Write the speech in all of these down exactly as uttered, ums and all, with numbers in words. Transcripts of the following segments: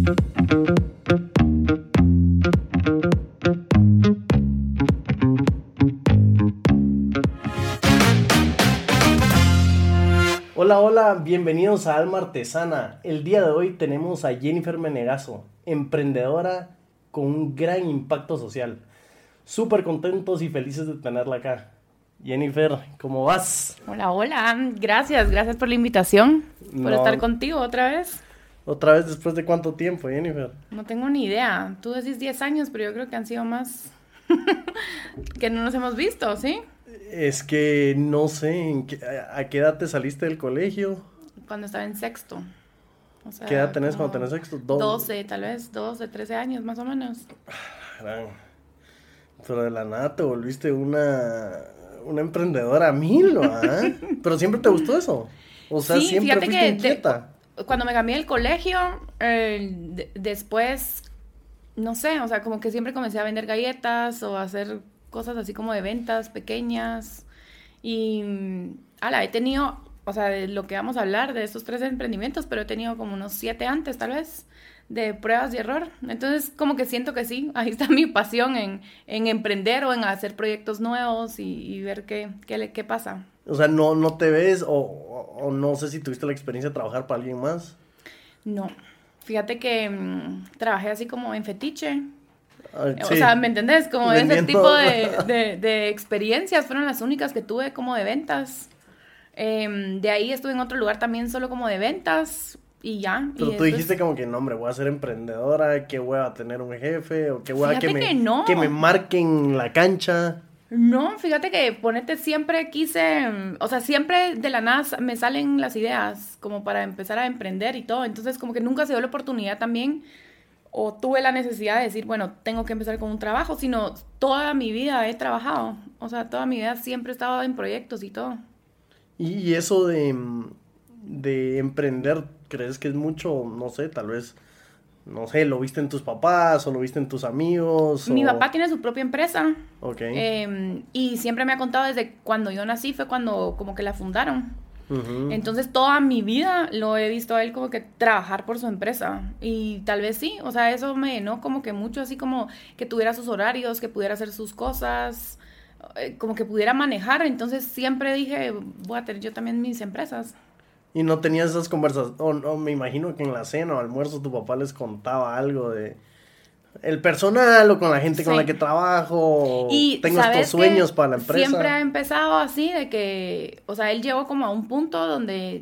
Hola, hola, bienvenidos a Alma Artesana. El día de hoy tenemos a Jennifer Menegazo, emprendedora con un gran impacto social. Súper contentos y felices de tenerla acá. Jennifer, ¿cómo vas? Hola, hola, gracias, gracias por la invitación, por No. estar contigo otra vez. ¿Otra vez después de cuánto tiempo, Jennifer? No tengo ni idea, tú decís diez años, pero yo creo que han sido más que no nos hemos visto, ¿sí? Es que no sé, ¿en qué- a, a qué edad te saliste del colegio? Cuando estaba en sexto. O sea, ¿Qué edad tenés como cuando tenés sexto? Do- doce, tal vez, doce, trece años más o menos. Gran. Pero de la nada te volviste una, una emprendedora a mil, ¿ah? Pero siempre te gustó eso. O sea, Sí, siempre fíjate fuiste que inquieta. de- cuando me cambié del colegio, eh, de- después, no sé, o sea, como que siempre comencé a vender galletas o a hacer cosas así como de ventas pequeñas. Y, mm, ala, he tenido, o sea, de lo que vamos a hablar de estos tres emprendimientos, pero he tenido como unos siete antes, tal vez, de pruebas y error. Entonces, como que siento que sí, ahí está mi pasión en, en emprender o en hacer proyectos nuevos y, y ver qué, qué, le- qué pasa. O sea, no, no te ves o, o, o no sé si tuviste la experiencia de trabajar para alguien más. No, fíjate que mm, trabajé así como en fetiche. Ah, O sí. sea, ¿me entendés? Como ese Vendiendo- tipo de, de, de experiencias fueron las únicas que tuve como de ventas. Em, de ahí estuve en otro lugar también solo como de ventas y ya. Pero y tú después- dijiste como que no, hombre, voy a ser emprendedora, que voy a tener un jefe, o que voy a que Fíjate me, que no. que me marquen la cancha. No, fíjate que ponete siempre quise, mm, o sea, siempre de la nada sa- me salen las ideas como para empezar a emprender y todo. Entonces como que nunca se dio la oportunidad también o tuve la necesidad de decir, bueno, tengo que empezar con un trabajo, sino toda mi vida he trabajado. O sea, toda mi vida siempre he estado en proyectos y todo. Y, y eso de, mm, de emprender, ¿crees que es mucho? No sé, tal vez, no sé, ¿lo viste en tus papás o lo viste en tus amigos? Mi o- papá tiene su propia empresa. Ok. eh, y siempre me ha contado desde cuando yo nací, fue cuando como que la fundaron. Ujú. Entonces toda mi vida lo he visto a él como que trabajar por su empresa. Y tal vez sí, o sea, eso me llenó como que mucho, así como que tuviera sus horarios, que pudiera hacer sus cosas, eh, como que pudiera manejar. Entonces siempre dije, voy a tener yo también mis empresas. Y no tenías esas conversaciones, o no, me imagino que en la cena o almuerzo tu papá les contaba algo de el personal o con la gente con Sí. la que trabajo, o Y tengo ¿sabes estos sueños qué? para la empresa. Siempre ha empezado así de que, o sea, él llegó como a un punto donde,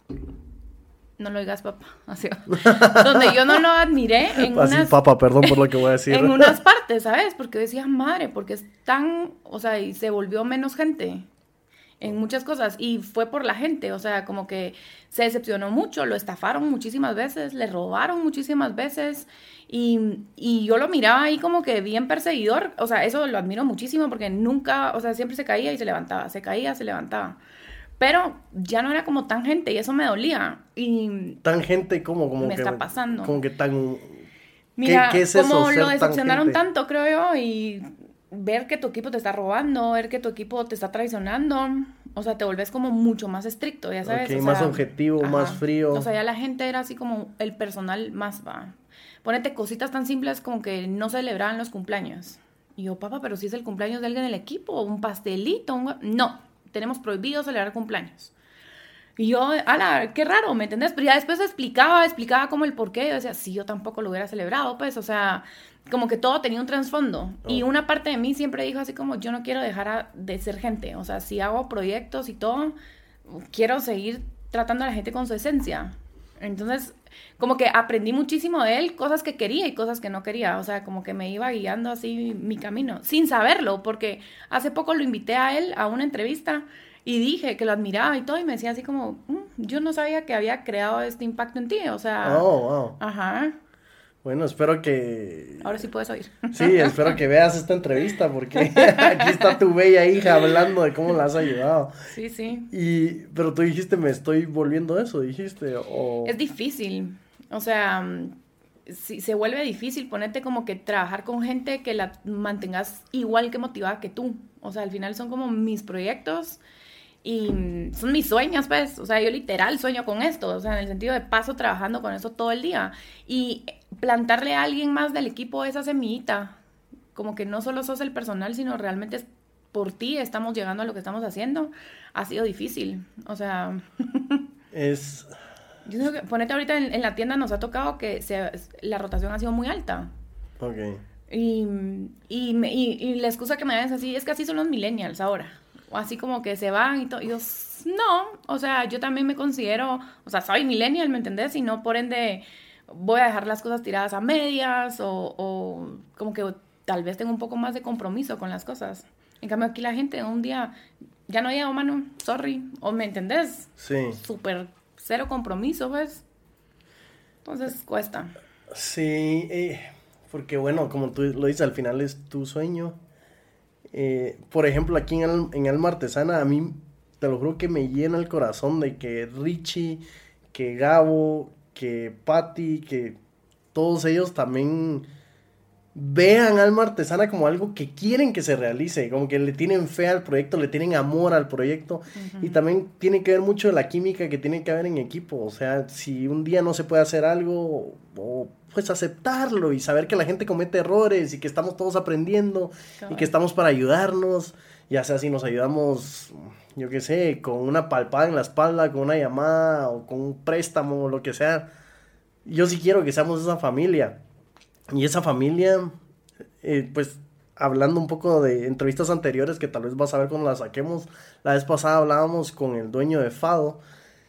no lo digas papá, así, donde yo no lo admiré en Así, unas, papá, perdón por lo que voy a decir. en unas partes, ¿sabes? Porque decía, madre, porque es tan, o sea, y se volvió menos gente en muchas cosas y fue por la gente, o sea, como que se decepcionó mucho, lo estafaron muchísimas veces, le robaron muchísimas veces y, y yo lo miraba ahí como que bien perseguidor, o sea, eso lo admiro muchísimo porque nunca, o sea, siempre se caía y se levantaba, se caía, se levantaba, pero ya no era como tan gente y eso me dolía y Tan gente como, como me que... está pasando. Como que tan... mira, ¿Qué- qué es eso, como ser lo tan decepcionaron gente? tanto, creo yo, y ver que tu equipo te está robando, ver que tu equipo te está traicionando, o sea, te volvés como mucho más estricto, ya sabes. Ok, o más sea, objetivo, más frío. O sea, ya la gente era así como el personal más va. Ponete cositas tan simples como que no celebraban los cumpleaños. Y yo, papá, pero si es el cumpleaños de alguien del equipo, un pastelito, un... no, tenemos prohibido celebrar cumpleaños. Y yo, ala, qué raro, ¿me entendés? Pero ya después explicaba, explicaba como el porqué. Yo decía, sí, yo tampoco lo hubiera celebrado, pues, o sea, como que todo tenía un trasfondo. Oh. Y una parte de mí siempre dijo así como, yo no quiero dejar a- de ser gente. O sea, si hago proyectos y todo, quiero seguir tratando a la gente con su esencia. Entonces, como que aprendí muchísimo de él, cosas que quería y cosas que no quería. O sea, como que me iba guiando así mi camino, sin saberlo, porque hace poco lo invité a él a una entrevista y dije que lo admiraba y todo, y me decía así como, "Mm, yo no sabía que había creado este impacto en ti, o sea, Oh, wow. ajá, Bueno, espero que... ahora sí puedes oír." Sí, espero que veas esta entrevista porque aquí está tu bella hija hablando de cómo la has ayudado. Sí, sí. Y, pero tú dijiste, me estoy volviendo eso, dijiste, o... Es difícil, o sea, mm, si se vuelve difícil ponerte como que trabajar con gente que la mantengas igual que motivada que tú. O sea, al final son como mis proyectos y mm, son mis sueños, pues. O sea, yo literal sueño con esto, o sea, en el sentido de paso trabajando con eso todo el día. Y plantarle a alguien más del equipo esa semillita, como que no solo sos el personal, sino realmente es por ti estamos llegando a lo que estamos haciendo, ha sido difícil, o sea... es... Yo creo que, ponete ahorita en, en la tienda nos ha tocado que se, la rotación ha sido muy alta. Ok. Y, y, me, y, y la excusa que me dan es así, es que así son los millennials ahora. O así como que se van y todo. Y yo, no, o sea, yo también me considero, o sea, soy millennial, ¿me entendés? Y no por ende voy a dejar las cosas tiradas a medias o, o como que tal vez tengo un poco más de compromiso con las cosas. En cambio aquí la gente un día, ya no llego, mano, sorry, o ¿me entendés? Sí. Súper cero compromiso, ¿ves? Entonces cuesta. Sí, eh, porque bueno, como tú lo dices, al final es tu sueño. Eh, por ejemplo, aquí en, Al- en Alma Artesana, a mí, te lo juro que me llena el corazón de que Richie, que Gabo, que Patty, que todos ellos también vean Alma Artesana como algo que quieren que se realice, como que le tienen fe al proyecto, le tienen amor al proyecto. Uh-huh. Y también tiene que ver mucho la química que tiene que haber en equipo, o sea, si un día no se puede hacer algo, o pues aceptarlo y saber que la gente comete errores y que estamos todos aprendiendo. Cabal. Y que estamos para ayudarnos, ya sea si nos ayudamos, yo qué sé, con una palpada en la espalda, con una llamada o con un préstamo o lo que sea. Yo sí quiero que seamos esa familia. Y esa familia, eh, pues, hablando un poco de entrevistas anteriores que tal vez vas a ver cuando las saquemos, la vez pasada hablábamos con el dueño de Fado,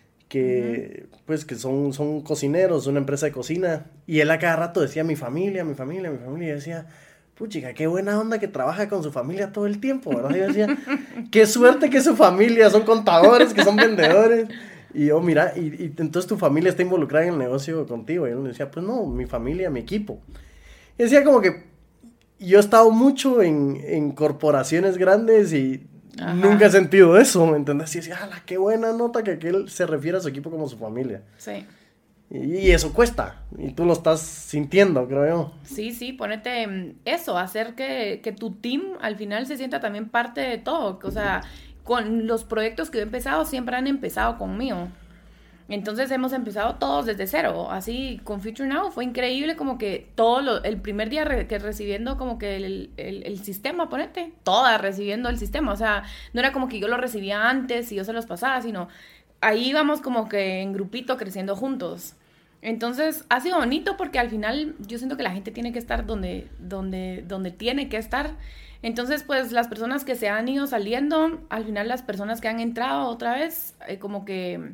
que, uh-huh. pues, que son, son cocineros, una empresa de cocina, y él a cada rato decía, mi familia, mi familia, mi familia, y decía, puchica, qué buena onda que trabaja con su familia todo el tiempo, ¿verdad? Y yo decía, qué suerte que su familia, son contadores, que son vendedores. Y yo, mira, y, y entonces tu familia está involucrada en el negocio contigo. Y él me decía, pues no, mi familia, mi equipo. Y decía como que yo he estado mucho en, en corporaciones grandes y ajá. Nunca he sentido eso, ¿me entendés? Y decía, ¡ala, qué buena nota que aquel se refiere a su equipo como su familia! Sí. Y, y eso cuesta, y tú lo estás sintiendo, creo yo. Sí, sí, ponete eso, hacer que, que tu team al final se sienta también parte de todo. O sea, con los proyectos que he empezado, siempre han empezado conmigo. Entonces hemos empezado todos desde cero, así con Future Now fue increíble, como que todo lo, el primer día re, que recibiendo como que el, el, el sistema, ponete, todas recibiendo el sistema, o sea, no era como que yo lo recibía antes y yo se los pasaba, sino ahí íbamos como que en grupito creciendo juntos. Entonces ha sido bonito porque al final yo siento que la gente tiene que estar donde, donde, donde tiene que estar. Entonces, pues, las personas que se han ido saliendo, al final las personas que han entrado otra vez, eh, como que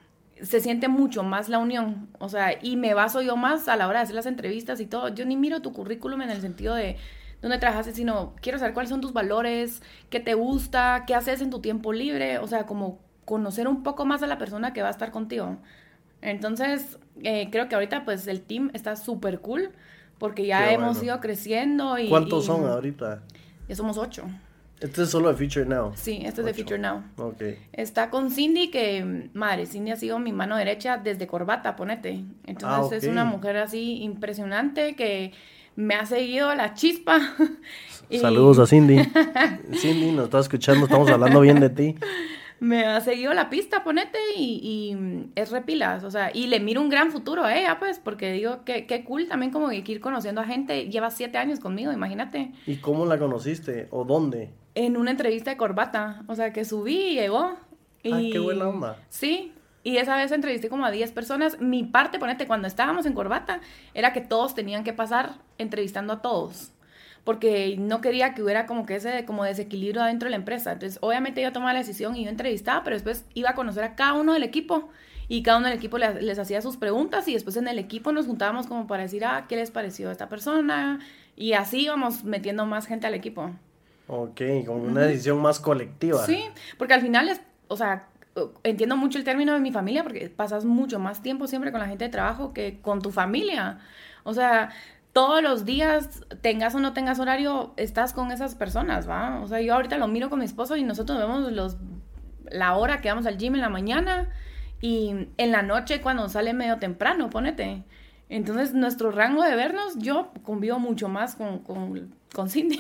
se siente mucho más la unión, o sea, y me baso yo más a la hora de hacer las entrevistas y todo. Yo ni miro tu currículum en el sentido de dónde trabajaste, sino quiero saber cuáles son tus valores, qué te gusta, qué haces en tu tiempo libre, o sea, como conocer un poco más a la persona que va a estar contigo. Entonces, eh, creo que ahorita, pues, el team está súper cool, porque ya qué hemos bueno. ido creciendo y... ¿Cuántos y, son ahorita? Ya somos ocho. Este es solo de Future Now. Sí, este es de Future Now. Ok. Está con Cindy, que, madre, Cindy ha sido mi mano derecha desde corbata, ponete. Entonces ah, okay. Es una mujer así impresionante que me ha seguido la chispa. y... Saludos a Cindy. Cindy, nos está escuchando, estamos hablando bien de ti. Me ha seguido la pista, ponete, y, y es repilas, o sea, y le miro un gran futuro a ella, pues, porque digo, que qué cool también como que ir conociendo a gente. Lleva siete años conmigo, imagínate. ¿Y cómo la conociste? ¿O dónde? En una entrevista de corbata, o sea, que subí y llegó. Y... ¡Ay, qué buena onda! Sí, y esa vez entrevisté como a diez personas. Mi parte, ponete, cuando estábamos en corbata, era que todos tenían que pasar entrevistando a todos, porque no quería que hubiera como que ese como desequilibrio adentro de la empresa. Entonces, obviamente yo tomaba la decisión y yo entrevistaba, pero después iba a conocer a cada uno del equipo, y cada uno del equipo les, les hacía sus preguntas, y después en el equipo nos juntábamos como para decir, ah, ¿qué les pareció a esta persona? Y así íbamos metiendo más gente al equipo. Ok, con una uh-huh. decisión más colectiva. Sí, porque al final es, o sea, entiendo mucho el término de mi familia, porque pasas mucho más tiempo siempre con la gente de trabajo que con tu familia. O sea, todos los días, tengas o no tengas horario, estás con esas personas, ¿va? O sea, yo ahorita lo miro con mi esposo y nosotros vemos los, la hora que vamos al gym en la mañana y en la noche cuando sale medio temprano, ponete. Entonces, nuestro rango de vernos, yo convivo mucho más con, con, con Cindy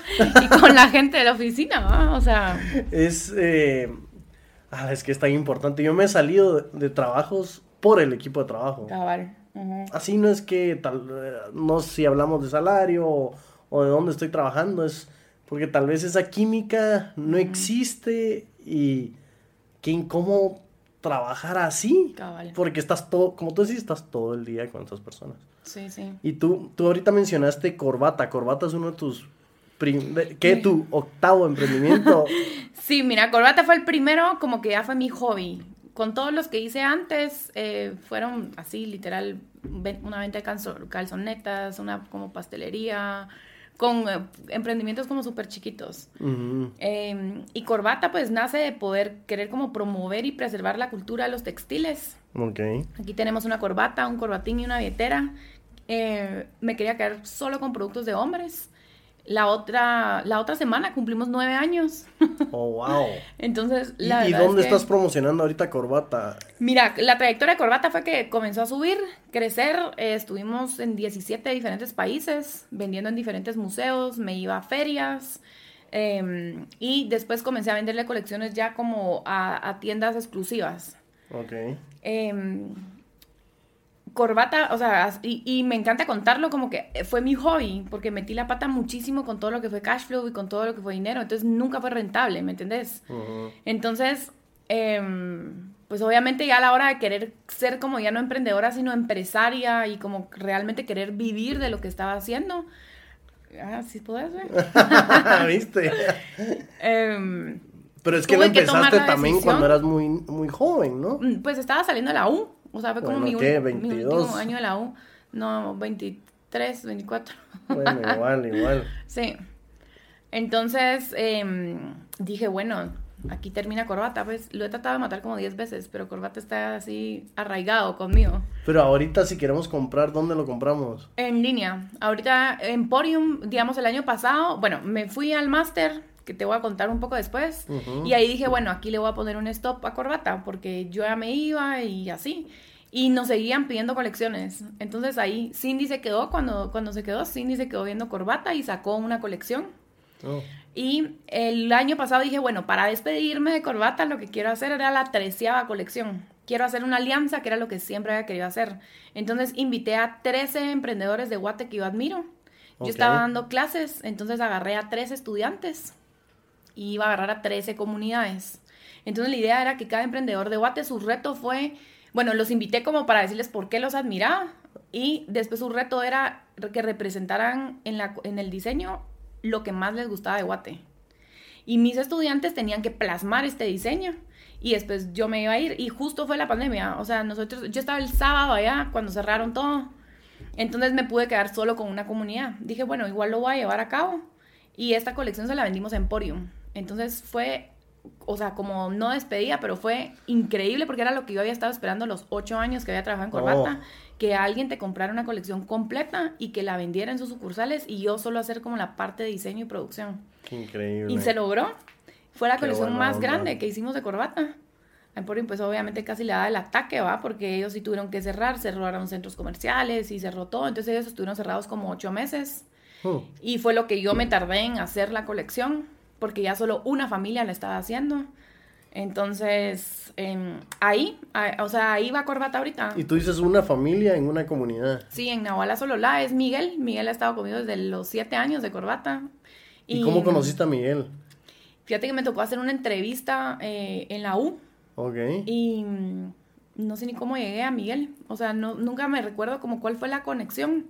y con la gente de la oficina, ¿va? O sea... Es, eh... ah, es que es tan importante. Yo me he salido de, de trabajos por el equipo de trabajo. Cabal. Uh-huh. Así no es que, tal, no sé si hablamos de salario o, o de dónde estoy trabajando, es porque tal vez esa química no uh-huh. existe y qué incómodo trabajar así. Cabal. Porque estás todo, como tú decís, estás todo el día con esas personas. Sí, sí. Y tú, tú ahorita mencionaste Corbata. Corbata es uno de tus... Prim- ¿Qué? ¿Tu octavo emprendimiento? Sí, mira, Corbata fue el primero, como que ya fue mi hobby. Con todos los que hice antes, eh, fueron así, literal, una venta de calzo- calzonetas, una como pastelería, con eh, emprendimientos como súper chiquitos. Uh-huh. Eh, y Corbata, pues, nace de poder querer como promover y preservar la cultura de los textiles. Okay. Aquí tenemos una corbata, un corbatín y una billetera. Eh, me quería quedar solo con productos de hombres. La otra, la otra semana cumplimos nueve años. Oh, wow. Entonces, la ¿Y, ¿y dónde es que, estás promocionando ahorita Corbata? Mira, la trayectoria de Corbata fue que comenzó a subir, crecer. Eh, estuvimos en diecisiete diferentes países, vendiendo en diferentes museos, me iba a ferias. Eh, y después comencé a venderle colecciones ya como a, a tiendas exclusivas. Ok. Eh, Corbata, o sea, y, y me encanta contarlo como que fue mi hobby, porque metí la pata muchísimo con todo lo que fue cash flow y con todo lo que fue dinero, entonces nunca fue rentable, ¿me entendés? Uh-huh. Entonces, eh, pues obviamente ya a la hora de querer ser como ya no emprendedora, sino empresaria y como realmente querer vivir de lo que estaba haciendo, ah, ¿sí podés ver? ¿Viste? eh, Pero es que lo empezaste que también cuando eras muy, muy joven, ¿no? Pues estaba saliendo de la U. O sea, fue como bueno, mi, ¿qué? un, mi último año de la U. No, veintitrés, veinticuatro. Bueno, igual, igual. Sí. Entonces, eh, dije, bueno, aquí termina Corbata. Pues lo he tratado de matar como diez veces, pero Corbata está así arraigado conmigo. Pero ahorita si queremos comprar, ¿dónde lo compramos? En línea. Ahorita Emporium, digamos, el año pasado, bueno, me fui al máster, que te voy a contar un poco después, uh-huh. y ahí dije, bueno, aquí le voy a poner un stop a Corbata, porque yo ya me iba y así, y nos seguían pidiendo colecciones, entonces ahí Cindy se quedó, cuando, cuando se quedó, Cindy se quedó viendo Corbata y sacó una colección, oh. Y el año pasado dije, bueno, para despedirme de Corbata, lo que quiero hacer era la treceava colección, quiero hacer una alianza, que era lo que siempre había querido hacer, entonces invité a trece emprendedores de Guate que yo admiro, yo okay. estaba dando clases, entonces agarré a trece estudiantes, y iba a agarrar a trece comunidades. Entonces la idea era que cada emprendedor de Guate, su reto fue, bueno, los invité como para decirles por qué los admiraba, y después su reto era que representaran en, la, en el diseño lo que más les gustaba de Guate. Y mis estudiantes tenían que plasmar este diseño, y después yo me iba a ir, y justo fue la pandemia, o sea, nosotros, yo estaba el sábado allá, cuando cerraron todo, entonces me pude quedar solo con una comunidad. Dije, bueno, igual lo voy a llevar a cabo, y esta colección se la vendimos a Emporium. Entonces fue, o sea, como no despedía, pero fue increíble porque era lo que yo había estado esperando los ocho años que había trabajado en Corbata, oh. que alguien te comprara una colección completa y que la vendiera en sus sucursales y yo solo hacer como la parte de diseño y producción. Qué increíble. Y se logró. Fue la Qué colección más onda. grande que hicimos de Corbata. Emporium pues obviamente casi le daba el ataque, ¿va? Porque ellos sí tuvieron que cerrar, cerraron centros comerciales y cerró todo, entonces ellos estuvieron cerrados como ocho meses. Oh. Y fue lo que yo me tardé en hacer la colección, porque ya solo una familia la estaba haciendo. Entonces, eh, ahí, a, o sea, ahí va Corbata ahorita. Y tú dices una familia en una comunidad. Sí, en Nahuala Sololá es Miguel. Miguel ha estado conmigo desde los siete años de Corbata. ¿Y, ¿Y cómo conociste a Miguel? Fíjate que me tocó hacer una entrevista eh, en la U. Ok. Y no sé ni cómo llegué a Miguel. O sea, no, nunca me recuerdo como cuál fue la conexión.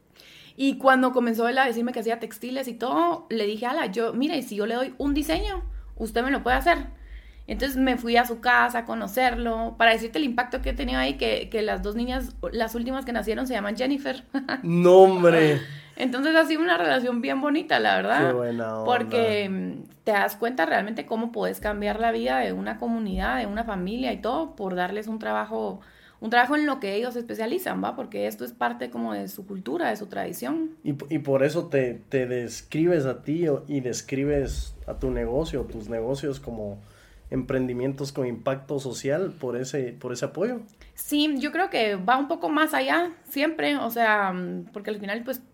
Y cuando comenzó él a decirme que hacía textiles y todo, le dije, ala, yo, mira, y si yo le doy un diseño, usted me lo puede hacer. Entonces me fui a su casa a conocerlo, para decirte el impacto que he tenido ahí, que, que las dos niñas, las últimas que nacieron, se llaman Jennifer. ¡No, hombre! Entonces ha sido una relación bien bonita, la verdad. ¡Qué buena onda! Porque te das cuenta realmente cómo puedes cambiar la vida de una comunidad, de una familia y todo, por darles un trabajo... Un trabajo en lo que ellos se especializan, ¿va? Porque esto es parte como de su cultura, de su tradición. Y, y por eso te, te describes a ti y describes a tu negocio, tus negocios como emprendimientos con impacto social por ese, por ese apoyo. Sí, yo creo que va un poco más allá, siempre, o sea, porque al final, pues,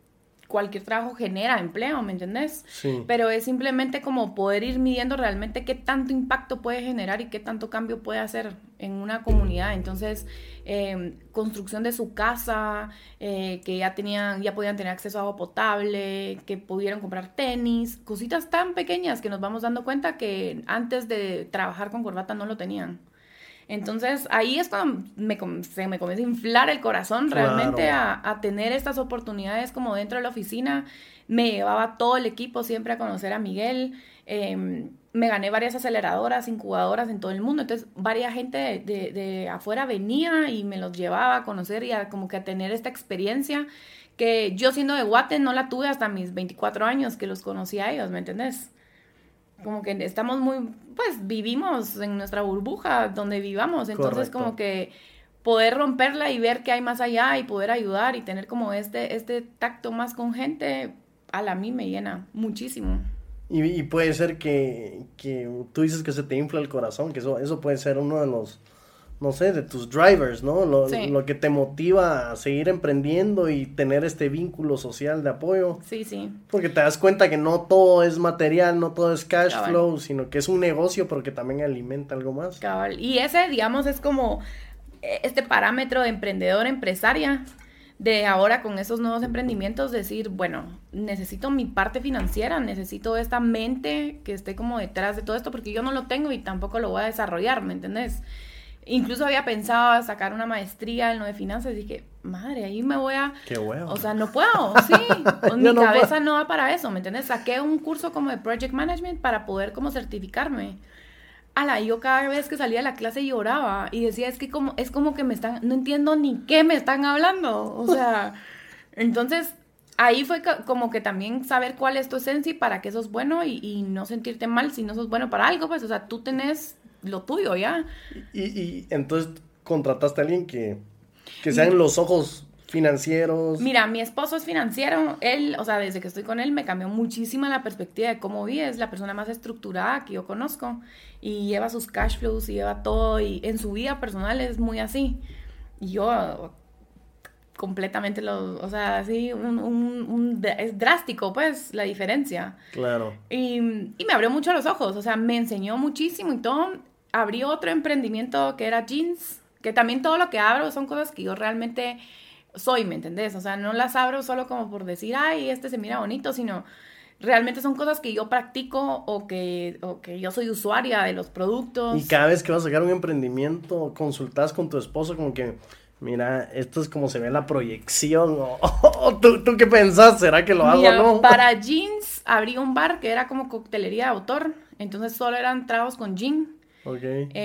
cualquier trabajo genera empleo, ¿me entendés? Sí. Pero es simplemente como poder ir midiendo realmente qué tanto impacto puede generar y qué tanto cambio puede hacer en una comunidad. Entonces, eh, construcción de su casa, eh, que ya tenían, ya podían tener acceso a agua potable, que pudieran comprar tenis, cositas tan pequeñas que nos vamos dando cuenta que antes de trabajar con corbata no lo tenían. Entonces ahí es cuando me, se me comienza a inflar el corazón realmente Claro. a, a tener estas oportunidades como dentro de la oficina. Me llevaba todo el equipo siempre a conocer a Miguel. Eh, me gané varias aceleradoras, incubadoras en todo el mundo. Entonces varias gente de, de, de afuera venía y me los llevaba a conocer y a, como que a tener esta experiencia que yo siendo de Guate no la tuve hasta mis veinticuatro años que los conocí a ellos, ¿me entendés? Como que estamos muy, pues vivimos en nuestra burbuja donde vivamos, entonces Correcto. como que poder romperla y ver qué hay más allá y poder ayudar y tener como este, este tacto más con gente, a la mí me llena muchísimo. Y, y puede ser que, que tú dices que se te infla el corazón, que eso, eso puede ser uno de los, no sé, de tus drivers, ¿no? Lo, Sí. lo que te motiva a seguir emprendiendo y tener este vínculo social de apoyo. Sí, sí. Porque te das cuenta que no todo es material, no todo es cash Cabal. flow, sino que es un negocio pero que también alimenta algo más. Cabal. Y ese, digamos, es como eh, este parámetro de emprendedor, empresaria, de ahora con esos nuevos emprendimientos decir, bueno, necesito mi parte financiera, necesito esta mente que esté como detrás de todo esto, porque yo no lo tengo y tampoco lo voy a desarrollar, ¿me entendés? Incluso había pensado sacar una maestría en lo de finanzas y dije, madre, ahí me voy a... Qué huevo. O sea, no puedo, sí. O mi Yo no cabeza puedo. no va para eso, ¿me entiendes? Saqué un curso como de Project Management para poder como certificarme. Ala, yo cada vez que salía de la clase lloraba y decía, es que como, es como que me están, no entiendo ni qué me están hablando. O sea, entonces ahí fue co- como que también saber cuál es tu esencia y para qué sos bueno y, y no sentirte mal si no sos bueno para algo, pues, o sea, tú tenés lo tuyo ya. Y, y entonces contrataste a alguien que, que sean los ojos financieros. Mira, mi esposo es financiero, él, o sea, desde que estoy con él me cambió muchísimo la perspectiva de cómo vive, es la persona más estructurada que yo conozco y lleva sus cash flows y lleva todo y en su vida personal es muy así. Y yo completamente lo, o sea, así, un, un, un, es drástico pues la diferencia. Claro. Y, y me abrió mucho los ojos, o sea, me enseñó muchísimo y todo. Abrí otro emprendimiento que era jeans, que también todo lo que abro son cosas que yo realmente soy, ¿me entendés? O sea, no las abro solo como por decir, ay, este se mira bonito, sino realmente son cosas que yo practico o que, o que yo soy usuaria de los productos. Y cada vez que vas a sacar un emprendimiento, consultas con tu esposo como que, mira, esto es como se ve la proyección, o, o ¿tú, ¿tú qué pensás? ¿Será que lo hago Mira, o no? para jeans abrí un bar que era como coctelería de autor, entonces solo eran tragos con gin. Ok.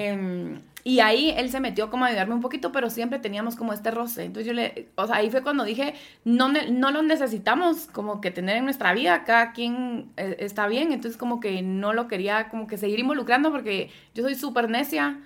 Eh, y ahí él se metió como a ayudarme un poquito, pero siempre teníamos como este roce. Entonces yo le, o sea, ahí fue cuando dije, no, ne- no lo necesitamos como que tener en nuestra vida, cada quien eh, está bien, entonces como que no lo quería como que seguir involucrando porque yo soy súper necia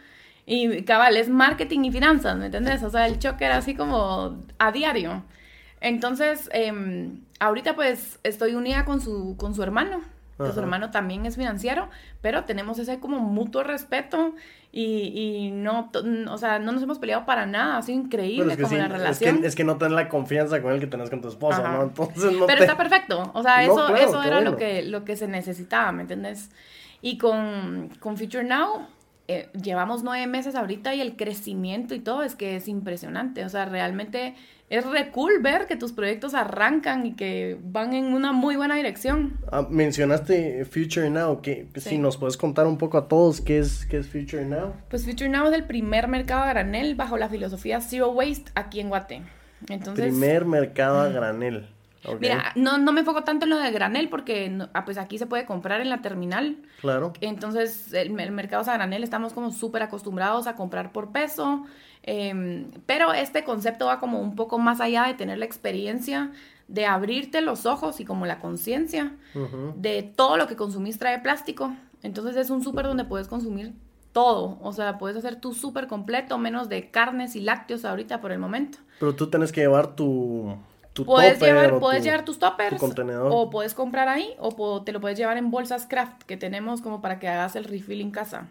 y cabal, es marketing y finanzas, ¿me entendés? O sea, el choque era así como a diario. Entonces, eh, ahorita pues estoy unida con su, con su hermano. Que su Ajá. hermano también es financiero, pero tenemos ese como mutuo respeto y, y no, to- o sea, no nos hemos peleado para nada, ha sido Pero increíble es que como sí, la es relación. que, es que no tenés la confianza con él que tenés con tu esposa, Ajá. ¿no? Entonces no Pero te... está perfecto, o sea, No, eso, claro, eso qué era bueno. lo que, lo que se necesitaba, ¿me entiendes? Y con, con Future Now eh, llevamos nueve meses ahorita y el crecimiento y todo es que es impresionante, o sea, realmente es re cool ver que tus proyectos arrancan y que van en una muy buena dirección. Ah, mencionaste Future Now, que Sí. si nos puedes contar un poco a todos qué es, qué es Future Now. Pues Future Now es el primer mercado a granel bajo la filosofía Zero Waste aquí en Guate. Entonces, Primer mercado a granel. Ok. mira, no, no me enfoco tanto en lo de granel porque no- ah, pues aquí se puede comprar en la terminal. Claro. Entonces, el, el mercado a granel estamos como súper acostumbrados a comprar por peso. eh, pero este concepto va como un poco más allá de tener la experiencia de abrirte los ojos y como la conciencia Ujú. de todo lo que consumís trae plástico. Entonces es un súper donde puedes consumir todo. O sea, puedes hacer tu súper completo, menos de carnes y lácteos ahorita por el momento. Pero tú tienes que llevar tu, tu Puedes topper llevar, o puedes tu- llevar tus toppers tu contenedor. o puedes comprar ahí o po- te lo puedes llevar en bolsas craft que tenemos como para que hagas el refill en casa.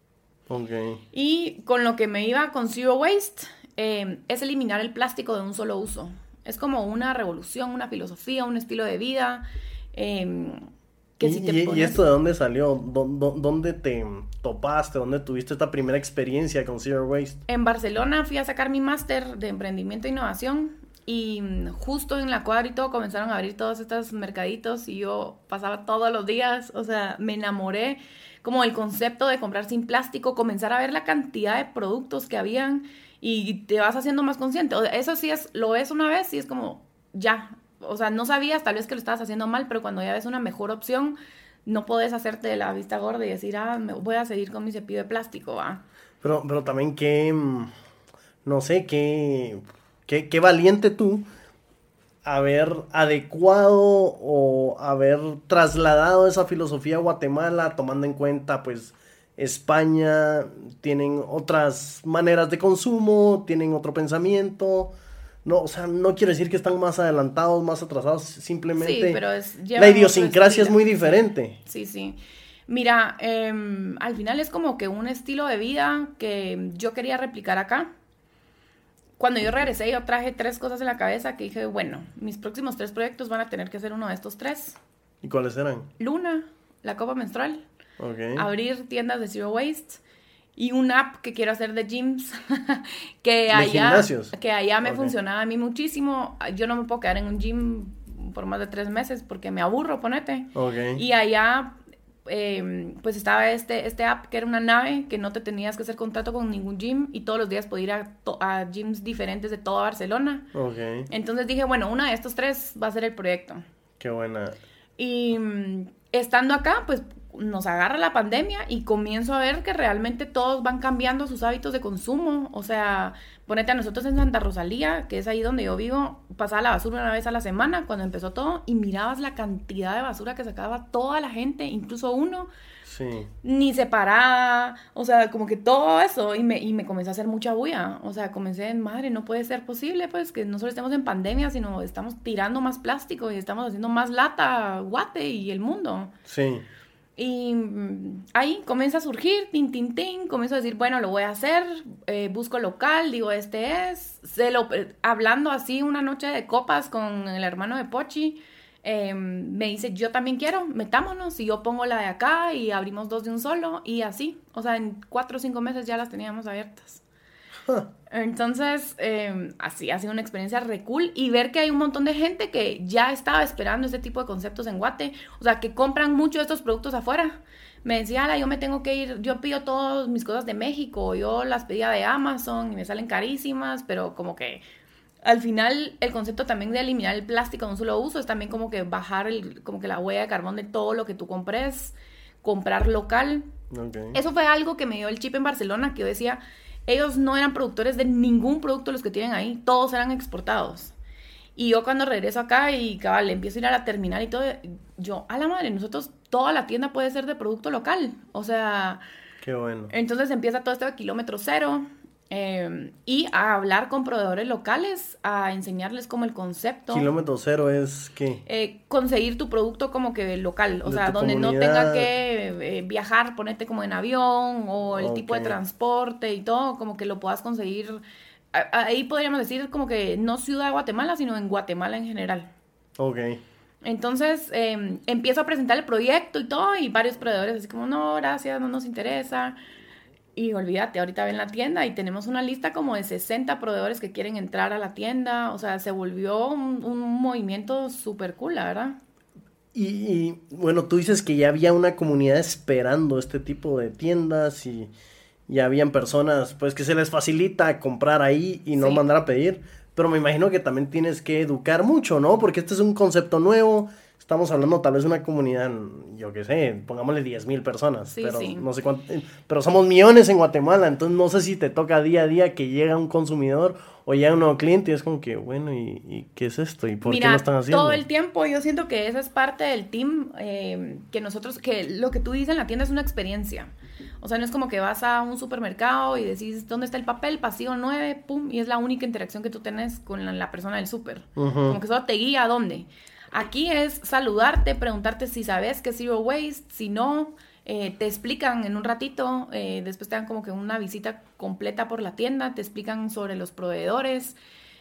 Ok. Y con lo que me iba con Zero Waste eh, es eliminar el plástico de un solo uso. Es como una revolución, una filosofía, un estilo de vida. Eh, que ¿Y, si te y, pones... ¿Y esto de dónde salió? ¿Dó, dó, ¿Dónde te topaste? ¿Dónde tuviste esta primera experiencia con Zero Waste? En Barcelona fui a sacar mi máster de emprendimiento e innovación y justo en la cuadra y todo comenzaron a abrir todos estos mercaditos y yo pasaba todos los días, o sea, me enamoré como el concepto de comprar sin plástico, comenzar a ver la cantidad de productos que habían y te vas haciendo más consciente. O sea, eso sí es, lo ves una vez y es como, ya, o sea, no sabías tal vez que lo estabas haciendo mal, pero cuando ya ves una mejor opción, no puedes hacerte de la vista gorda y decir, ah, me voy a seguir con mi cepillo de plástico, ¿va? Pero, pero también qué, no sé, qué, qué, qué valiente tú haber adecuado o haber trasladado esa filosofía a Guatemala, tomando en cuenta, pues, España, tienen otras maneras de consumo, tienen otro pensamiento. No, o sea, no quiero decir que están más adelantados, más atrasados, simplemente Sí, pero es, la idiosincrasia es muy diferente. Sí, sí. Mira, eh, al final es como que un estilo de vida que yo quería replicar acá. Cuando yo regresé, yo traje tres cosas en la cabeza que dije, bueno, mis próximos tres proyectos van a tener que ser uno de estos tres. ¿Y cuáles eran? Luna, la copa menstrual, Okay. abrir tiendas de Zero Waste y un app que quiero hacer de gyms que ¿De allá, gimnasios? que allá me Okay. funcionaba a mí muchísimo. Yo no me puedo quedar en un gym por más de tres meses porque me aburro, ponete. Okay. Y allá eh, pues estaba este, este app que era una nave que no te tenías que hacer contrato con ningún gym y todos los días podía ir a, to- a gyms diferentes de toda Barcelona. Okay. Entonces dije, bueno, una de estos tres va a ser el proyecto. Qué buena. Y mm, estando acá, pues nos agarra la pandemia y comienzo a ver que realmente todos van cambiando sus hábitos de consumo. O sea, ponete a nosotros en Santa Rosalía, que es ahí donde yo vivo, pasaba la basura una vez a la semana cuando empezó todo y mirabas la cantidad de basura que sacaba toda la gente, incluso uno, Sí. ni separada, o sea, como que todo eso, y me, y me comencé a hacer mucha bulla. O sea, comencé, madre, no puede ser posible, pues, que no solo estemos en pandemia, sino estamos tirando más plástico y estamos haciendo más lata, Guate y el mundo. Sí. Y mm, ahí comienza a surgir, tin, tin, tin, comienzo a decir, bueno, lo voy a hacer, eh, busco local, digo, este es, se lo, eh, hablando así una noche de copas con el hermano de Pochi, eh, me dice, yo también quiero, metámonos, y yo pongo la de acá y abrimos dos de un solo, y así, o sea, en cuatro o cinco meses ya las teníamos abiertas. Huh. Entonces, eh, así ha sido una experiencia re cool y ver que hay un montón de gente que ya estaba esperando este tipo de conceptos en Guate, o sea, que compran mucho de estos productos afuera. Me decía, ala, yo me tengo que ir, yo pido todas mis cosas de México, yo las pedía de Amazon y me salen carísimas, pero como que al final el concepto también de eliminar el plástico de un solo uso es también como que bajar el, como que la huella de carbón de todo lo que tú compres, comprar local. Okay. Eso fue algo que me dio el chip en Barcelona, que yo decía, ellos no eran productores de ningún producto los que tienen ahí, todos eran exportados. Y yo cuando regreso acá y cabal, empiezo a ir a la terminal y todo, yo, a la madre, nosotros, toda la tienda puede ser de producto local. O sea, Qué bueno. entonces empieza todo esto de kilómetro cero. Eh, y a hablar con proveedores locales, a enseñarles como el concepto. Kilómetro cero es ¿qué? Eh, conseguir tu producto como que local, o De sea, tu donde no comunidad. tenga que eh, viajar, ponerte como en avión o el tipo de Ok. transporte y todo, como que lo puedas conseguir. A- Ahí podríamos decir como que no ciudad de Guatemala, sino en Guatemala en general. Ok. Entonces eh, empiezo a presentar el proyecto y todo y varios proveedores así como, no, gracias, no nos interesa. Y olvídate, ahorita ven la tienda y tenemos una lista como de sesenta proveedores que quieren entrar a la tienda. O sea, se volvió un, un movimiento súper cool, la verdad. Y, y, bueno, tú dices que ya había una comunidad esperando este tipo de tiendas y ya habían personas pues que se les facilita comprar ahí y no Sí. mandar a pedir, pero me imagino que también tienes que educar mucho, ¿no? Porque este es un concepto nuevo, estamos hablando tal vez de una comunidad, yo qué sé, pongámosle diez mil personas, Sí, pero sí. no sé cuánto, pero somos millones en Guatemala, entonces no sé si te toca día a día que llega un consumidor o llega un nuevo cliente y es como que, bueno, ¿y, y qué es esto? ¿Y por Mira, qué lo están haciendo? todo el tiempo yo siento que esa es parte del team, eh, que nosotros, que lo que tú dices en la tienda es una experiencia. O sea, no es como que vas a un supermercado y decís, ¿dónde está el papel? Pasillo nueve, pum, y es la única interacción que tú tenés con la, la persona del súper. Ujú. Como que solo te guía a dónde. Aquí es saludarte, preguntarte si sabes que es Zero Waste, si no, eh, te explican en un ratito, eh, después te dan como que una visita completa por la tienda, te explican sobre los proveedores,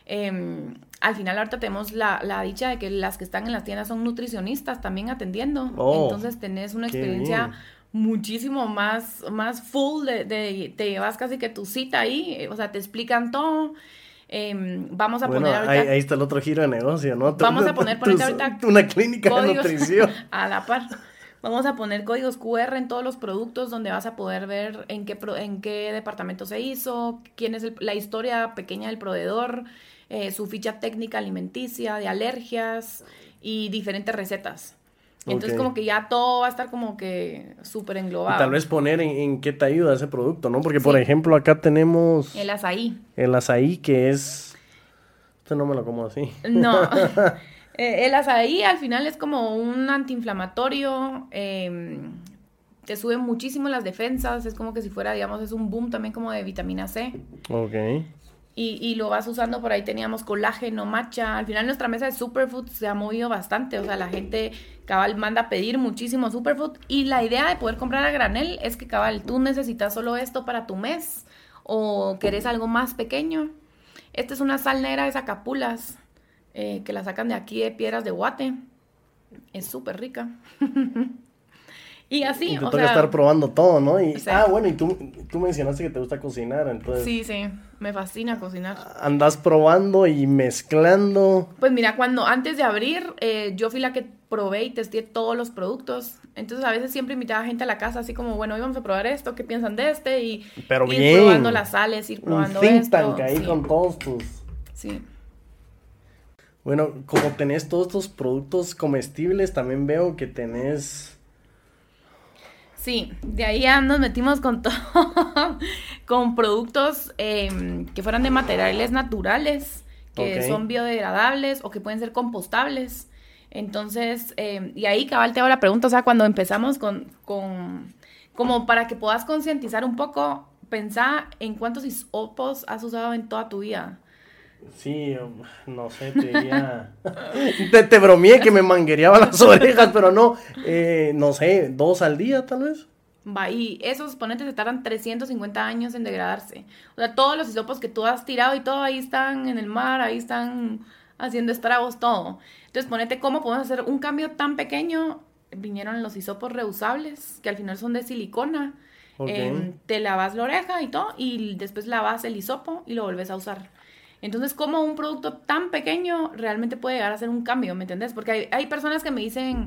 Eh, al final ahorita tenemos la, la dicha de que las que están en las tiendas son nutricionistas también atendiendo. Oh, Entonces tenés una qué experiencia bien. muchísimo más, más full, de, de- te llevas casi que tu cita ahí, eh, o sea, te explican todo. Eh, vamos a Bueno, poner ahí, ahorita, ahí está el otro giro de negocio, ¿no? Tu- vamos a tu- poner, tu- ponete ahorita tu- una clínica de códigos nutrición. a la par. Vamos a poner códigos Q R en todos los productos donde vas a poder ver en qué, pro- en qué departamento se hizo, quién es el- la historia pequeña del proveedor, eh, su ficha técnica alimenticia, de alergias y diferentes recetas. Entonces Ok. como que ya todo va a estar como que súper Y tal englobado. vez poner en, en qué te ayuda ese producto, ¿no? Porque, por Sí, ejemplo, acá tenemos el azaí. el azaí, que es... Este no me lo como así. No, Eh, el azaí al final es como un antiinflamatorio, eh, te sube muchísimo las defensas, es como que si fuera, digamos, es un boom también como de vitamina C. Ok. Y, y lo vas usando, por ahí teníamos colágeno, matcha. Al final nuestra mesa de superfood se ha movido bastante, o sea, la gente cabal manda a pedir muchísimo superfood. Y la idea de poder comprar a granel es que cabal, tú necesitas solo esto para tu mes o querés algo más pequeño. Esta es una sal negra de Zacapulas, eh, que la sacan de aquí de Piedras de Guate. Es súper rica. Y así, Y te o toca sea, estar probando todo, ¿no? Y, sí. ah, bueno, y tú, tú mencionaste que te gusta cocinar, entonces sí, sí, me fascina cocinar. andas probando y mezclando. Pues mira, cuando antes de abrir, eh, yo fui la que probé y testé todos los productos. Entonces a veces siempre invitaba a gente a la casa, así como, bueno, hoy vamos a probar esto, ¿qué piensan de este? Y Pero ir bien. probando las sales, ir Un probando think esto. tank ahí Sí, con todos tus... sí. Bueno, como tenés todos estos productos comestibles, también veo que tenés... Sí, de ahí ya nos metimos con todo, con productos eh, que fueran de materiales naturales, que Ok. son biodegradables o que pueden ser compostables. Entonces, eh, y ahí cabal te hago la pregunta, o sea, cuando empezamos con, con como para que puedas concientizar un poco, pensá en cuántos hisopos has usado en toda tu vida. Sí, no sé, te diría... te, te bromeé que me manguereaba las orejas, pero no, eh, no sé, dos al día tal vez. Va, y esos ponentes se tardan trescientos cincuenta años en degradarse. O sea, todos los hisopos que tú has tirado y todo ahí están en el mar, ahí están haciendo estragos, todo. Entonces, ponete cómo podemos hacer un cambio tan pequeño. Vinieron los hisopos reusables, que al final son de silicona. Ok. Eh, te lavas la oreja y todo, y después lavas el hisopo y lo volvés a usar. Entonces, ¿cómo un producto tan pequeño realmente puede llegar a hacer un cambio? ¿Me entendés? Porque hay, hay personas que me dicen,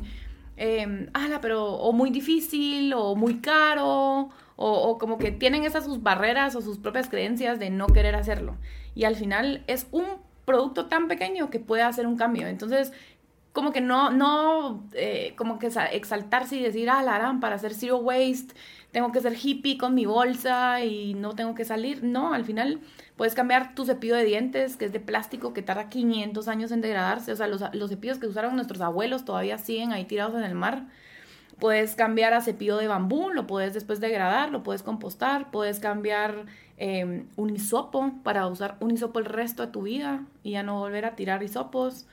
eh, ala, pero o muy difícil, o muy caro, o, o como que tienen esas sus barreras o sus propias creencias de no querer hacerlo. Y al final es un producto tan pequeño que puede hacer un cambio. Entonces, como que no, no, eh, como que exaltarse y decir, ah, la harán para hacer zero waste, tengo que ser hippie con mi bolsa y no tengo que salir. No, al final puedes cambiar tu cepillo de dientes, que es de plástico, que tarda quinientos años en degradarse. O sea, los, los cepillos que usaron nuestros abuelos todavía siguen ahí tirados en el mar. Puedes cambiar a cepillo de bambú, lo puedes después degradar, lo puedes compostar, puedes cambiar eh, un hisopo para usar un hisopo el resto de tu vida y ya no volver a tirar hisopos.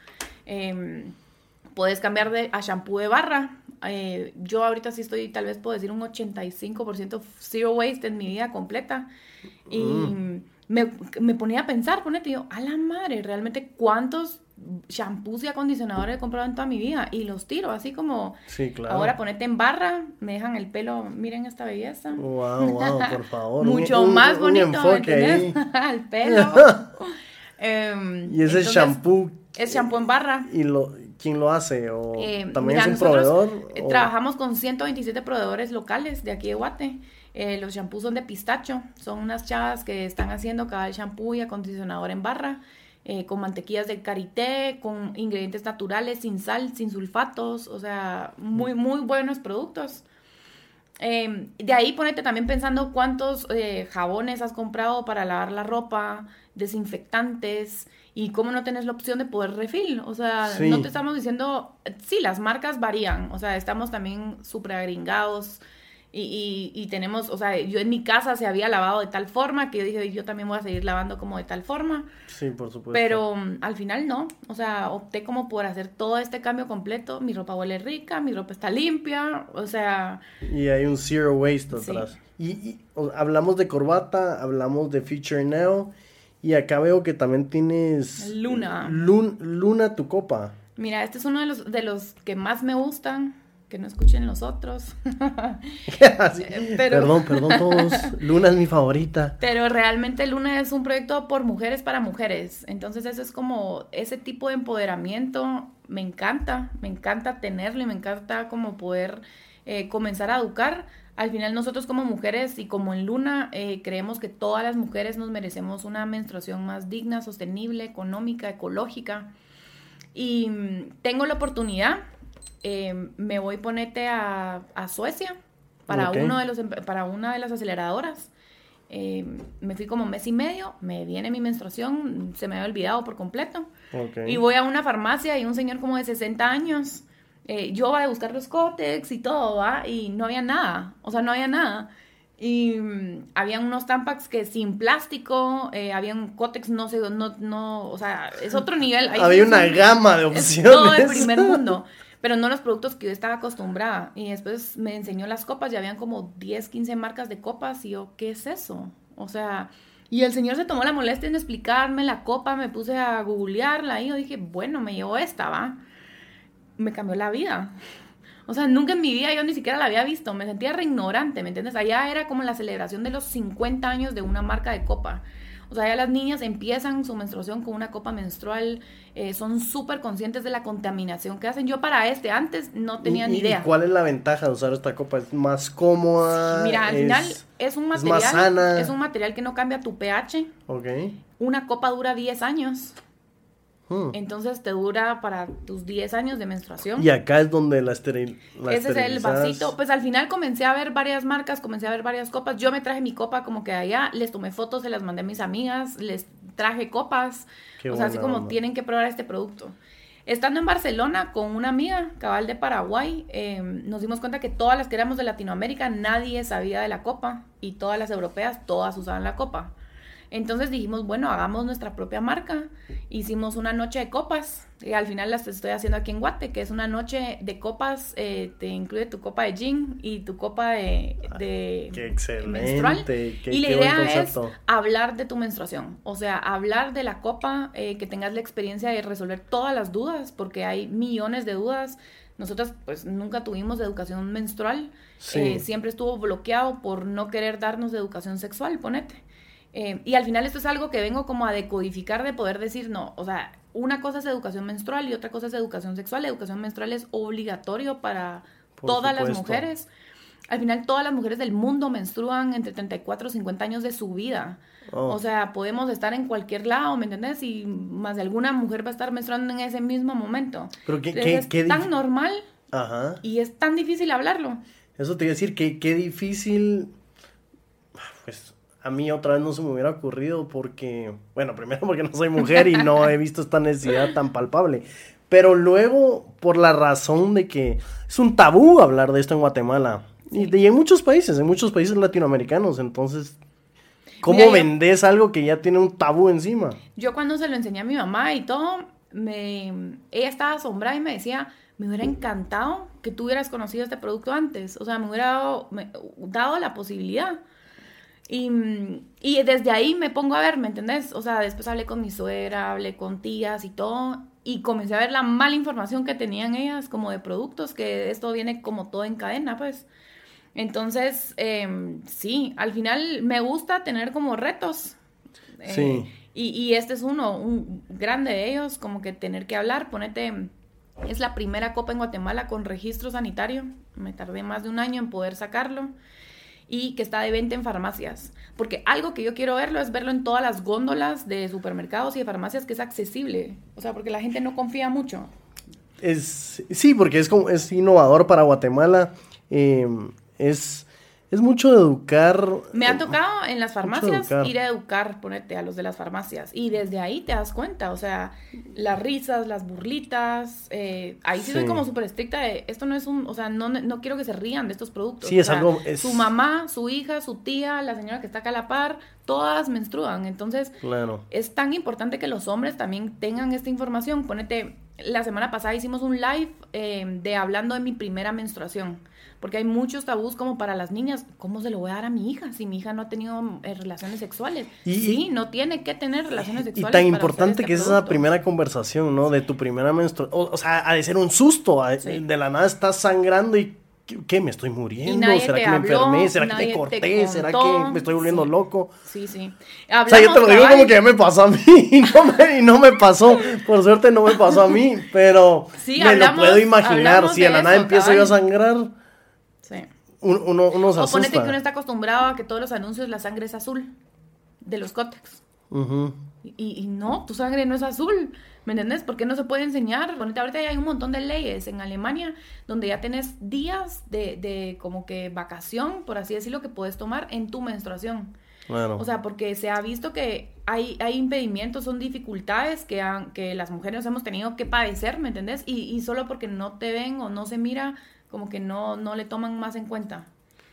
Eh, puedes cambiar de, a shampoo de barra. Eh, yo ahorita sí estoy, tal vez puedo decir, un ochenta y cinco por ciento zero waste en mi vida completa. Y mm. me, me ponía a pensar, ponete, yo, a la madre, realmente cuántos shampoos y acondicionadores he comprado en toda mi vida y los tiro, así como, Sí, claro. ahora ponete en barra, me dejan el pelo, miren esta belleza. Wow, wow, por favor. Mucho un, más un, bonito, un enfoque ¿entendés? ahí. Al pelo. eh, Y ese entonces, shampoo. es shampoo en barra. ¿Y lo, quién lo hace? ¿O Eh, también mira, es un nosotros, proveedor? eh, o... trabajamos con ciento veintisiete proveedores locales de aquí de Guate. Eh, los shampoos son de pistacho. Son unas chavas que están haciendo cada shampoo y acondicionador en barra. Eh, con mantequillas de karité, con ingredientes naturales, sin sal, sin sulfatos. O sea, muy, muy buenos productos. Eh, de ahí ponete también pensando cuántos eh, jabones has comprado para lavar la ropa, desinfectantes, y cómo no tenés la opción de poder refill. O sea, Sí. no te estamos diciendo, sí, las marcas varían, o sea, estamos también súper agringados y, y, y tenemos, o sea, yo en mi casa se había lavado de tal forma que yo dije, yo también voy a seguir lavando como de tal forma. Sí, por supuesto. Pero um, al final no, o sea, opté como por hacer todo este cambio completo. Mi ropa huele rica, mi ropa está limpia, o sea... Y hay un zero waste atrás. Sí. Y, y o, hablamos de corbata, hablamos de Future Now, Y acá veo que también tienes... Luna. Lun, Luna tu copa. Mira, este es uno de los, de los que más me gustan, que no escuchen los otros. Sí. Pero, perdón, perdón todos, Luna es mi favorita. Pero realmente Luna es un proyecto por mujeres para mujeres, entonces eso es como ese tipo de empoderamiento, me encanta, me encanta tenerlo y me encanta como poder eh, comenzar a educar. Al final nosotros como mujeres y como en Luna eh, creemos que todas las mujeres nos merecemos una menstruación más digna, sostenible, económica, ecológica. Y tengo la oportunidad, eh, me voy ponete a, a Suecia para, okay. uno de los, para una de las aceleradoras. Eh, me fui como un mes y medio, me viene mi menstruación, se me había olvidado por completo. Okay. Y voy a una farmacia y un señor como de sesenta años, eh, yo voy a buscar los cótex y todo, ¿va? Y no había nada, o sea, no había nada. Y um, habían unos Tampax que sin plástico, eh, habían cótex, no sé, no, no, o sea, es otro nivel. Ahí había sí una son, gama de opciones. Es todo el primer mundo, pero no los productos que yo estaba acostumbrada. Y después me enseñó las copas, ya habían como diez, quince marcas de copas, y yo, ¿qué es eso? O sea, y el señor se tomó la molestia en explicarme la copa, me puse a googlearla y yo dije, bueno, me llevo esta, ¿va? Me cambió la vida. O sea, nunca en mi vida yo ni siquiera la había visto, me sentía re ignorante, ¿me entiendes? Allá era como la celebración de los cincuenta años de una marca de copa. O sea, ya las niñas empiezan su menstruación con una copa menstrual, eh, son súper conscientes de la contaminación que hacen. Yo para este, antes no tenía ¿Y, ni idea. ¿Y cuál es la ventaja de usar esta copa? ¿Es más cómoda? Mira, al es, final es un material, es más sana. Es un material que no cambia tu pH. Ok. Una copa dura diez años. Hmm. Entonces te dura para tus diez años de menstruación. Y acá es donde la esteril la Ese es el esterilizas. vasito. Pues al final comencé a ver varias marcas, comencé a ver varias copas. Yo me traje mi copa como que allá, les tomé fotos, se las mandé a mis amigas, les traje copas. Qué o sea, así como onda. tienen que probar este producto. Estando en Barcelona con una amiga, cabal de Paraguay, eh, nos dimos cuenta que todas las que éramos de Latinoamérica, nadie sabía de la copa. Y todas las europeas, todas usaban la copa. Entonces dijimos, bueno, hagamos nuestra propia marca. Hicimos una noche de copas. Y al final las estoy haciendo aquí en Guate, que es una noche de copas. Eh, te incluye tu copa de gin y tu copa de, de Qué excelente. menstrual. Qué, y la qué idea buen es concepto. hablar de tu menstruación. O sea, hablar de la copa, eh, que tengas la experiencia de resolver todas las dudas, porque hay millones de dudas. Nosotros pues nunca tuvimos educación menstrual. Sí. Eh, siempre estuvo bloqueado por no querer darnos de educación sexual, ponete. Eh, y al final esto es algo que vengo como a decodificar, de poder decir, no, o sea, una cosa es educación menstrual y otra cosa es educación sexual. La educación menstrual es obligatorio para Por todas supuesto. las mujeres. Al final todas las mujeres del mundo menstruan entre treinta y cuatro y cincuenta años de su vida. Oh. O sea, podemos estar en cualquier lado, ¿me entiendes? Y más de alguna mujer va a estar menstruando en ese mismo momento. Pero qué, Entonces, qué, es qué tan dif- normal Ajá. y es tan difícil hablarlo. Eso te iba a decir que qué difícil. Pues a mí otra vez no se me hubiera ocurrido porque, bueno, primero porque no soy mujer y no he visto esta necesidad tan palpable. Pero luego, por la razón de que es un tabú hablar de esto en Guatemala. Y, de- y en muchos países, en muchos países latinoamericanos. Entonces, ¿cómo Mira, yo- vendes algo que ya tiene un tabú encima? Yo cuando se lo enseñé a mi mamá y todo, me, ella estaba asombrada y me decía, me hubiera encantado que tú hubieras conocido este producto antes. O sea, me hubiera dado, me- dado la posibilidad. Y, y desde ahí me pongo a ver, ¿me entendés? O sea, después hablé con mi suegra, hablé con tías y todo, y comencé a ver la mala información que tenían ellas como de productos, que esto viene como todo en cadena, pues. Entonces, eh, sí, al final me gusta tener como retos. Eh, Sí. Y, y este es uno, un grande de ellos, como que tener que hablar, ponete, es la primera copa en Guatemala con registro sanitario, me tardé más de un año en poder sacarlo, y que está de venta en farmacias, porque algo que yo quiero verlo es verlo en todas las góndolas de supermercados y de farmacias, que es accesible, o sea, porque la gente no confía mucho. Es, sí, porque es como es innovador para Guatemala. eh, es, es mucho de educar. Me ha tocado en las farmacias educar. ir a educar, ponerte a los de las farmacias, y desde ahí te das cuenta, o sea, las risas, las burlitas, eh, ahí sí, Sí. soy como súper estricta de, esto no es un, o sea, no, no quiero que se rían de estos productos. Sí, o es sea, algo- es- su mamá, su hija, su tía, la señora que está acá a la par, todas menstruan, entonces Claro. es tan importante que los hombres también tengan esta información. Ponete, la semana pasada hicimos un live eh, de hablando de mi primera menstruación. Porque hay muchos tabús como para las niñas. ¿Cómo se lo voy a dar a mi hija si mi hija no ha tenido eh, relaciones sexuales? Y, sí, no tiene que tener relaciones sexuales. Y tan importante este que es esa primera conversación, ¿no? De tu primera menstruación. O, o sea, ha de ser un susto. Sí. De la nada estás sangrando y ¿qué? ¿Me estoy muriendo? ¿Será que me habló, enfermé? ¿Será que te corté? Te ¿Será que me estoy volviendo sí. loco? Sí, sí. Hablamos, o sea, yo te lo digo como que ya me pasó a mí y no me, y no me pasó. Por suerte no me pasó a mí, pero sí, me hablamos, lo puedo imaginar. Si de la nada empiezo cabal. yo a sangrar, sí. uno, uno, uno se o asusta. O ponete que uno está acostumbrado a que todos los anuncios la sangre es azul, de los cótex. Uh-huh. Y, y no, tu sangre no es azul, ¿me entendés? ¿Por qué no se puede enseñar? Ahorita, ahorita ya hay un montón de leyes en Alemania donde ya tenés días de, de como que vacación, por así decirlo, que puedes tomar en tu menstruación. Bueno. O sea, porque se ha visto que hay, hay impedimentos, son dificultades que, han, que las mujeres hemos tenido que padecer, ¿me entendés? Y, y solo porque no te ven o no se mira, como que no, no le toman más en cuenta.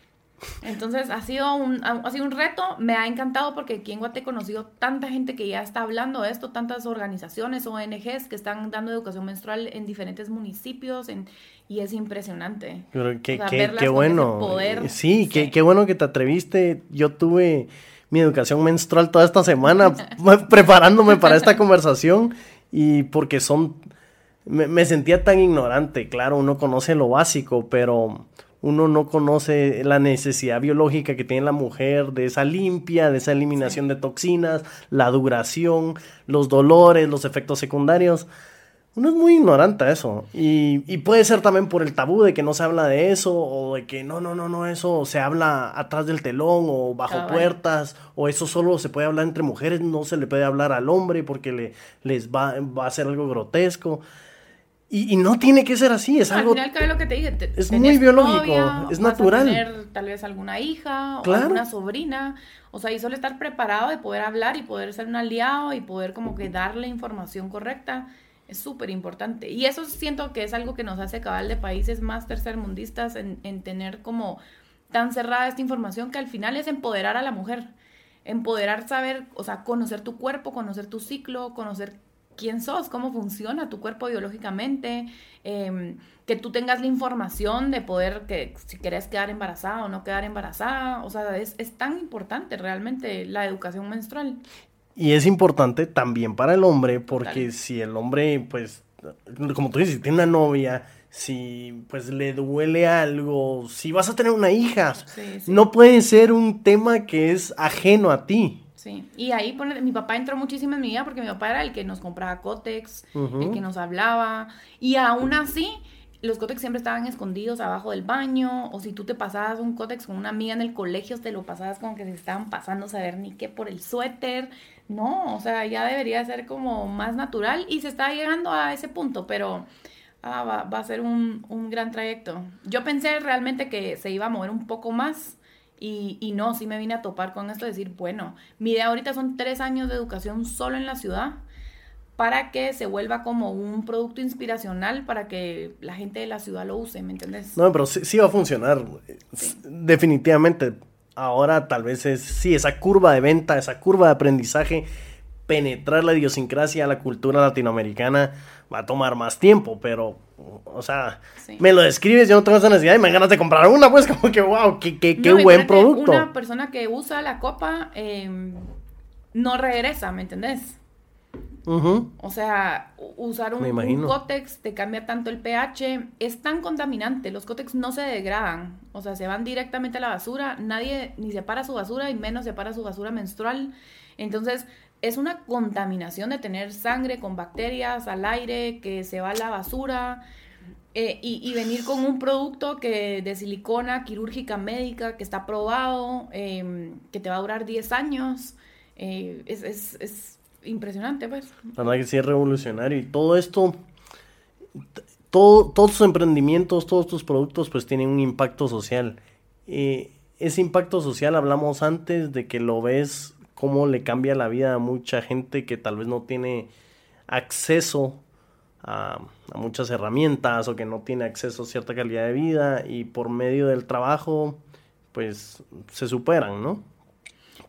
Entonces ha sido un ha sido un reto, me ha encantado porque aquí en Guate he conocido tanta gente que ya está hablando de esto, tantas organizaciones, O N Ges que están dando educación menstrual en diferentes municipios en, y es impresionante. Pero qué, o sea, qué, qué bueno, poder, sí, sí. Qué, qué bueno que te atreviste. Yo tuve mi educación menstrual toda esta semana preparándome para esta conversación y porque son, me, me sentía tan ignorante, claro, uno conoce lo básico, pero uno no conoce la necesidad biológica que tiene la mujer de esa limpia, de esa eliminación sí. de toxinas, la duración, los dolores, los efectos secundarios. Uno es muy ignorante a eso. Y, y puede ser también por el tabú de que no se habla de eso, o de que no, no, no, no, eso se habla atrás del telón o bajo ah, puertas, bueno. o eso solo se puede hablar entre mujeres, no se le puede hablar al hombre porque le, les va, va a ser algo grotesco. Y, y no tiene que ser así, es no, algo... Al final, cabe lo que te dije, te, es muy biológico, novia, es natural. Vas a tener tal vez alguna hija claro. o alguna sobrina, o sea, y solo estar preparado de poder hablar y poder ser un aliado y poder como que darle información correcta es súper importante. Y eso siento que es algo que nos hace cabal de países más tercermundistas en, en tener como tan cerrada esta información que al final es empoderar a la mujer, empoderar, saber, o sea, conocer tu cuerpo, conocer tu ciclo, conocer quién sos, cómo funciona tu cuerpo biológicamente, eh, que tú tengas la información de poder, que si querés quedar embarazada o no quedar embarazada, o sea, es, es tan importante realmente la educación menstrual. Y es importante también para el hombre, porque Total. Si el hombre, pues, como tú dices, si tiene una novia, si pues le duele algo, si vas a tener una hija, sí, sí. no puede ser un tema que es ajeno a ti. Sí, y ahí pone, mi papá entró muchísimo en mi vida porque mi papá era el que nos compraba cótex, uh-huh. el que nos hablaba, y aún así los cótex siempre estaban escondidos abajo del baño, o si tú te pasabas un cótex con una amiga en el colegio, te lo pasabas como que se estaban pasando saber ni qué por el suéter, no, o sea, ya debería ser como más natural, y se está llegando a ese punto, pero ah, va, va a ser un, un gran trayecto. Yo pensé realmente que se iba a mover un poco más, Y, y no, sí me vine a topar con esto de decir, bueno, mi idea ahorita son tres años de educación solo en la ciudad para que se vuelva como un producto inspiracional para que la gente de la ciudad lo use, ¿me entiendes? No, pero sí, sí va a funcionar, sí. definitivamente. Ahora tal vez es, sí, esa curva de venta, esa curva de aprendizaje, penetrar la idiosincrasia, la cultura latinoamericana, va a tomar más tiempo, pero, o sea, sí. me lo describes, yo no tengo esa necesidad y me dan ganas de comprar una, pues como que, wow, qué, qué, qué no, buen producto. Una persona que usa la copa eh, no regresa, ¿me entendés? Uh-huh. O sea, usar un, un cótex te cambia tanto el pH, es tan contaminante, los cótex no se degradan, o sea, se van directamente a la basura, nadie ni separa su basura y menos separa su basura menstrual, entonces es una contaminación de tener sangre con bacterias al aire que se va a la basura eh, y, y venir con un producto que de silicona quirúrgica médica que está probado, eh, que te va a durar diez años, eh, es, es, es impresionante, pues. La verdad que sí es revolucionario y todo esto, todo, todos tus emprendimientos, todos tus productos pues tienen un impacto social. Eh, ese impacto social hablamos antes de que lo ves cómo le cambia la vida a mucha gente que tal vez no tiene acceso a, a muchas herramientas o que no tiene acceso a cierta calidad de vida y por medio del trabajo pues se superan, ¿no?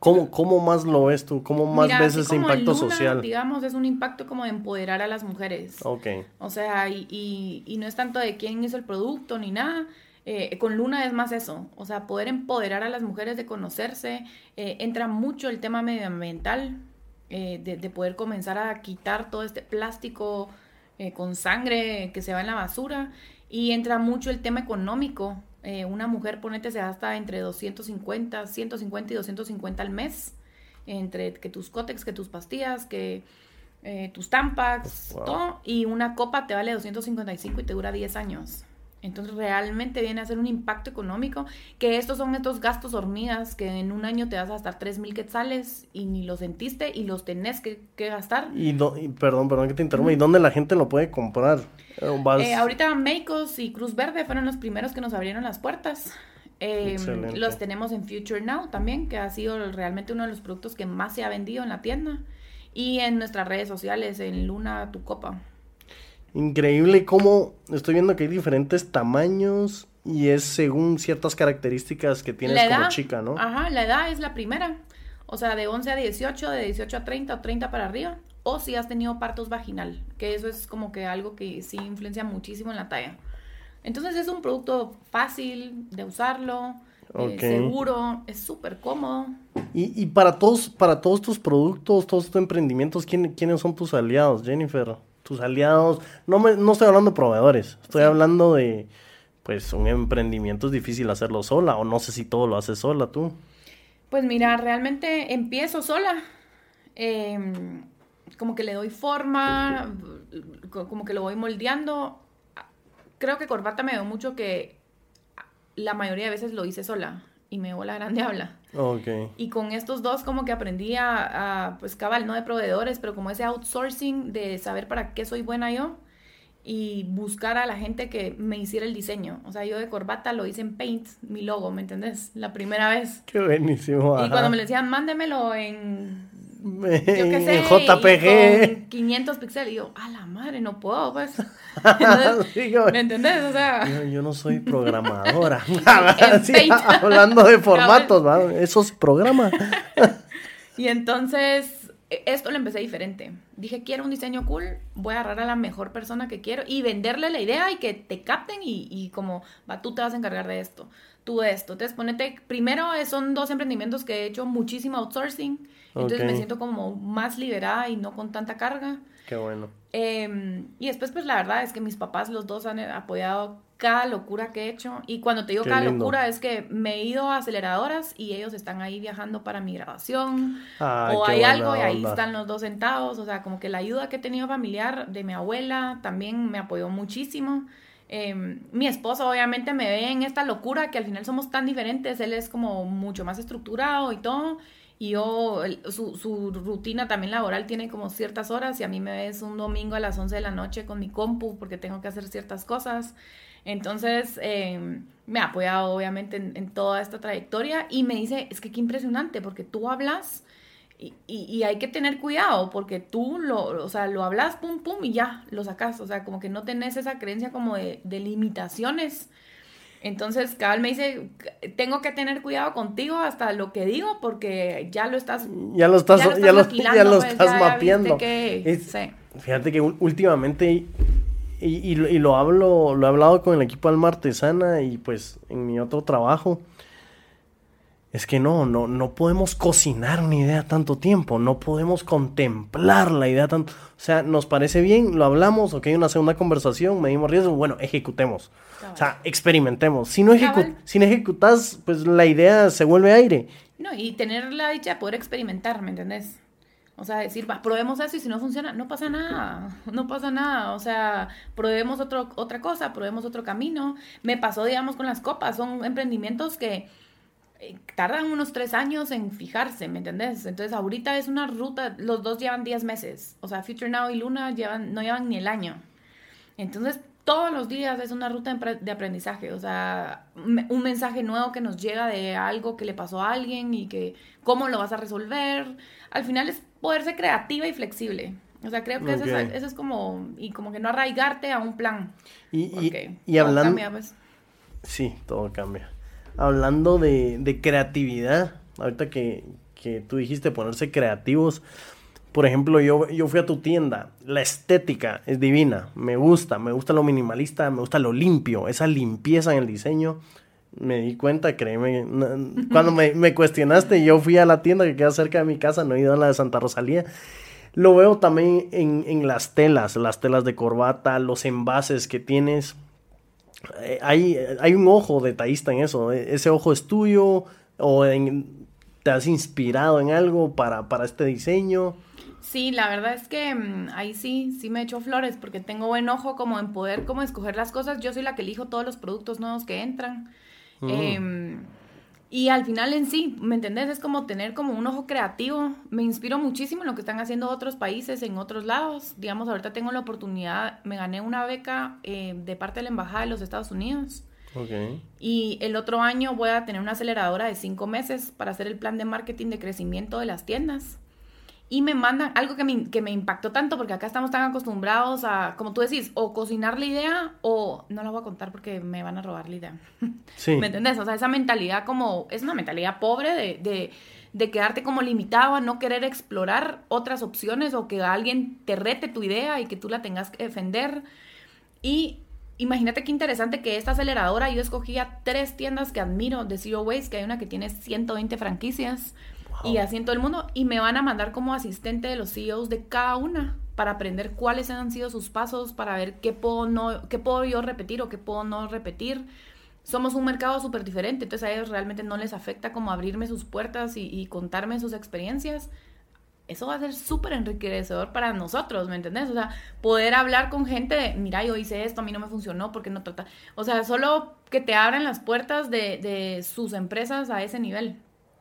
¿Cómo, cómo más lo ves tú? ¿Cómo más Mira, ves así ese como impacto Luna, social? digamos, es un impacto como de empoderar a las mujeres. Ok. O sea, y, y, y no es tanto de quién hizo el producto ni nada. Eh, con Luna es más eso, o sea, poder empoderar a las mujeres de conocerse. Eh, entra mucho el tema medioambiental, eh, de, de poder comenzar a quitar todo este plástico eh, con sangre que se va en la basura. Y entra mucho el tema económico. Eh, una mujer, ponete, se gasta entre doscientos cincuenta, ciento cincuenta y doscientos cincuenta al mes, entre que tus cótex, que tus pastillas, que eh, tus Tampax, Wow. todo, y una copa te vale doscientos cincuenta y cinco y te dura diez años. Entonces realmente viene a ser un impacto económico, que estos son estos gastos hormigas que en un año te vas a gastar tres mil quetzales y ni los sentiste y los tenés que, que gastar. Y, do, y perdón, perdón que te interrumpa, ¿y dónde la gente lo puede comprar? Eh, vas- Eh, ahorita Meicos y Cruz Verde fueron los primeros que nos abrieron las puertas. Eh, Excelente. los tenemos en Future Now también, que ha sido realmente uno de los productos que más se ha vendido en la tienda. Y en nuestras redes sociales, en Luna Tu Copa. Increíble cómo estoy viendo que hay diferentes tamaños y es según ciertas características que tienes La como edad, chica, ¿no? Ajá, la edad es la primera. O sea, de once a dieciocho, de dieciocho a treinta o treinta para arriba. O si has tenido partos vaginal, que eso es como que algo que sí influencia muchísimo en la talla. Entonces es un producto fácil de usarlo, eh, Ok. seguro, es súper cómodo. Y, y para todos, para todos tus productos, todos tus emprendimientos, ¿quién, ¿quiénes son tus aliados, Jennifer? Tus aliados, no me, no estoy hablando de proveedores, estoy Sí. hablando de, pues, un emprendimiento es difícil hacerlo sola, o no sé si todo lo haces sola tú. Pues mira, realmente empiezo sola. Eh, como que le doy forma, co- como que lo voy moldeando. Creo que Corbata me dio mucho que la mayoría de veces lo hice sola y me llevó la grande habla. Ok. Y con estos dos como que aprendí a, a, pues cabal, no de proveedores, pero como ese outsourcing de saber para qué soy buena yo y buscar a la gente que me hiciera el diseño. O sea, yo de Corbata lo hice en Paint, mi logo, ¿me entendés? La primera vez. Qué buenísimo. Y Ajá. cuando me le decían, mándemelo en, yo qué sé, En J P G. y con quinientos píxeles. Y yo, a la madre, no puedo, pues. Entonces, Sí, yo, ¿me entendés? O sea, yo, yo no soy programadora. En Sí, Paint. hablando de formatos, ¿va? Eso se programa. y entonces, e- esto lo empecé diferente. Dije, quiero un diseño cool, voy a agarrar a la mejor persona que quiero y venderle la idea y que te capten y, y como, va, tú te vas a encargar de esto, tú de esto. Entonces, ponete, primero eh, son dos emprendimientos que he hecho muchísimo outsourcing, entonces Ok. me siento como más liberada y no con tanta carga. Qué bueno. Eh, y después, pues la verdad es que mis papás, los dos, han apoyado cada locura que he hecho. Y cuando te digo Qué cada lindo. locura, es que me he ido a aceleradoras y ellos están ahí viajando para mi graduación. Ay, o qué hay buena algo y ahí onda. están los dos sentados. O sea, como que la ayuda que he tenido familiar de mi abuela también me apoyó muchísimo. Eh, mi esposo obviamente me ve en esta locura que al final somos tan diferentes. Él es como mucho más estructurado y todo. Y yo, el- su, su rutina también laboral tiene como ciertas horas y a mí me ves un domingo a las once de la noche con mi compu porque tengo que hacer ciertas cosas. Entonces, eh, me ha apoyado obviamente en, en toda esta trayectoria y me dice, es que qué impresionante porque tú hablas y, y, y hay que tener cuidado porque tú lo, o sea, lo hablas, pum, pum, y ya, lo sacas. O sea, como que no tenés esa creencia como de, de limitaciones. Entonces, cabal me dice, tengo que tener cuidado contigo hasta lo que digo porque ya lo estás, Ya lo estás, ya lo estás ya lo, maquilando, ya lo pues, estás ya- ya mapeando. viste que- Es- sí. Fíjate que ul- últimamente, y, y, lo- y lo hablo, lo he hablado con el equipo Alma Artesana y pues en mi otro trabajo, es que no, no, no podemos cocinar una idea tanto tiempo, no podemos contemplar la idea tanto, o sea, nos parece bien, lo hablamos, ok, una segunda conversación, medimos riesgo, bueno, ejecutemos, Cabal. o sea, experimentemos, si no, ejecu- Cabal. si no ejecutas, pues la idea se vuelve aire. No, y tener la dicha de poder experimentar, ¿me entendés? O sea, decir, va, probemos eso y si no funciona, no pasa nada, no pasa nada. O sea, probemos otro, otra cosa, probemos otro camino. Me pasó, digamos, con las copas, son emprendimientos que eh, tardan unos tres años en fijarse, ¿me entendés? Entonces, ahorita es una ruta, los dos llevan diez meses. O sea, Future Now y Luna llevan, no llevan ni el año. Entonces, todos los días es una ruta de aprendizaje, o sea, un mensaje nuevo que nos llega de algo que le pasó a alguien y que cómo lo vas a resolver. Al final es poder ser creativa y flexible. O sea, creo que Ok. eso, es, eso es como, y como que no arraigarte a un plan. Y, y, Porque y todo hablando... cambia, pues. Sí, todo cambia. Hablando de, de creatividad, ahorita que, que tú dijiste, ponerse creativos. Por ejemplo, yo, yo fui a tu tienda, la estética es divina, me gusta, me gusta lo minimalista, me gusta lo limpio, esa limpieza en el diseño. Me di cuenta, créeme, cuando me, me cuestionaste, yo fui a la tienda que queda cerca de mi casa, no he ido a la de Santa Rosalía. Lo veo también en, en las telas, las telas de corbata, los envases que tienes. Eh, hay, hay un ojo detallista en eso. ¿Ese ojo es tuyo o en, te has inspirado en algo para, para este diseño? Sí, la verdad es que um, ahí sí, sí me echo flores porque tengo buen ojo como en poder como escoger las cosas. Yo soy la que elijo todos los productos nuevos que entran. Mm. Eh, y al final en sí, ¿me entendés? Es como tener como un ojo creativo. Me inspiro muchísimo en lo que están haciendo otros países, en otros lados. Digamos, ahorita tengo la oportunidad, me gané una beca eh, de parte de la Embajada de los Estados Unidos. Okay. Y el otro año voy a tener una aceleradora de cinco meses para hacer el plan de marketing de crecimiento de las tiendas. Y me mandan algo que me, que me impactó tanto, porque acá estamos tan acostumbrados a, como tú decís, o cocinar la idea, o no la voy a contar porque me van a robar la idea. Sí. ¿Me entendés? O sea, esa mentalidad como, es una mentalidad pobre de, de, de quedarte como limitado a no querer explorar otras opciones, o que alguien te rete tu idea y que tú la tengas que defender. Y imagínate qué interesante que esta aceleradora, yo escogía tres tiendas que admiro de Zero Waste, que hay una que tiene ciento veinte franquicias, y así en todo el mundo, y me van a mandar como asistente de los C E Os de cada una para aprender cuáles han sido sus pasos, para ver qué puedo, no, qué puedo yo repetir o qué puedo no repetir. Somos un mercado súper diferente, entonces a ellos realmente no les afecta como abrirme sus puertas y, y contarme sus experiencias. Eso va a ser súper enriquecedor para nosotros, ¿me entendés? O sea, poder hablar con gente de, mira, yo hice esto, a mí no me funcionó, ¿por qué no trata? O sea, solo que te abran las puertas de, de sus empresas a ese nivel.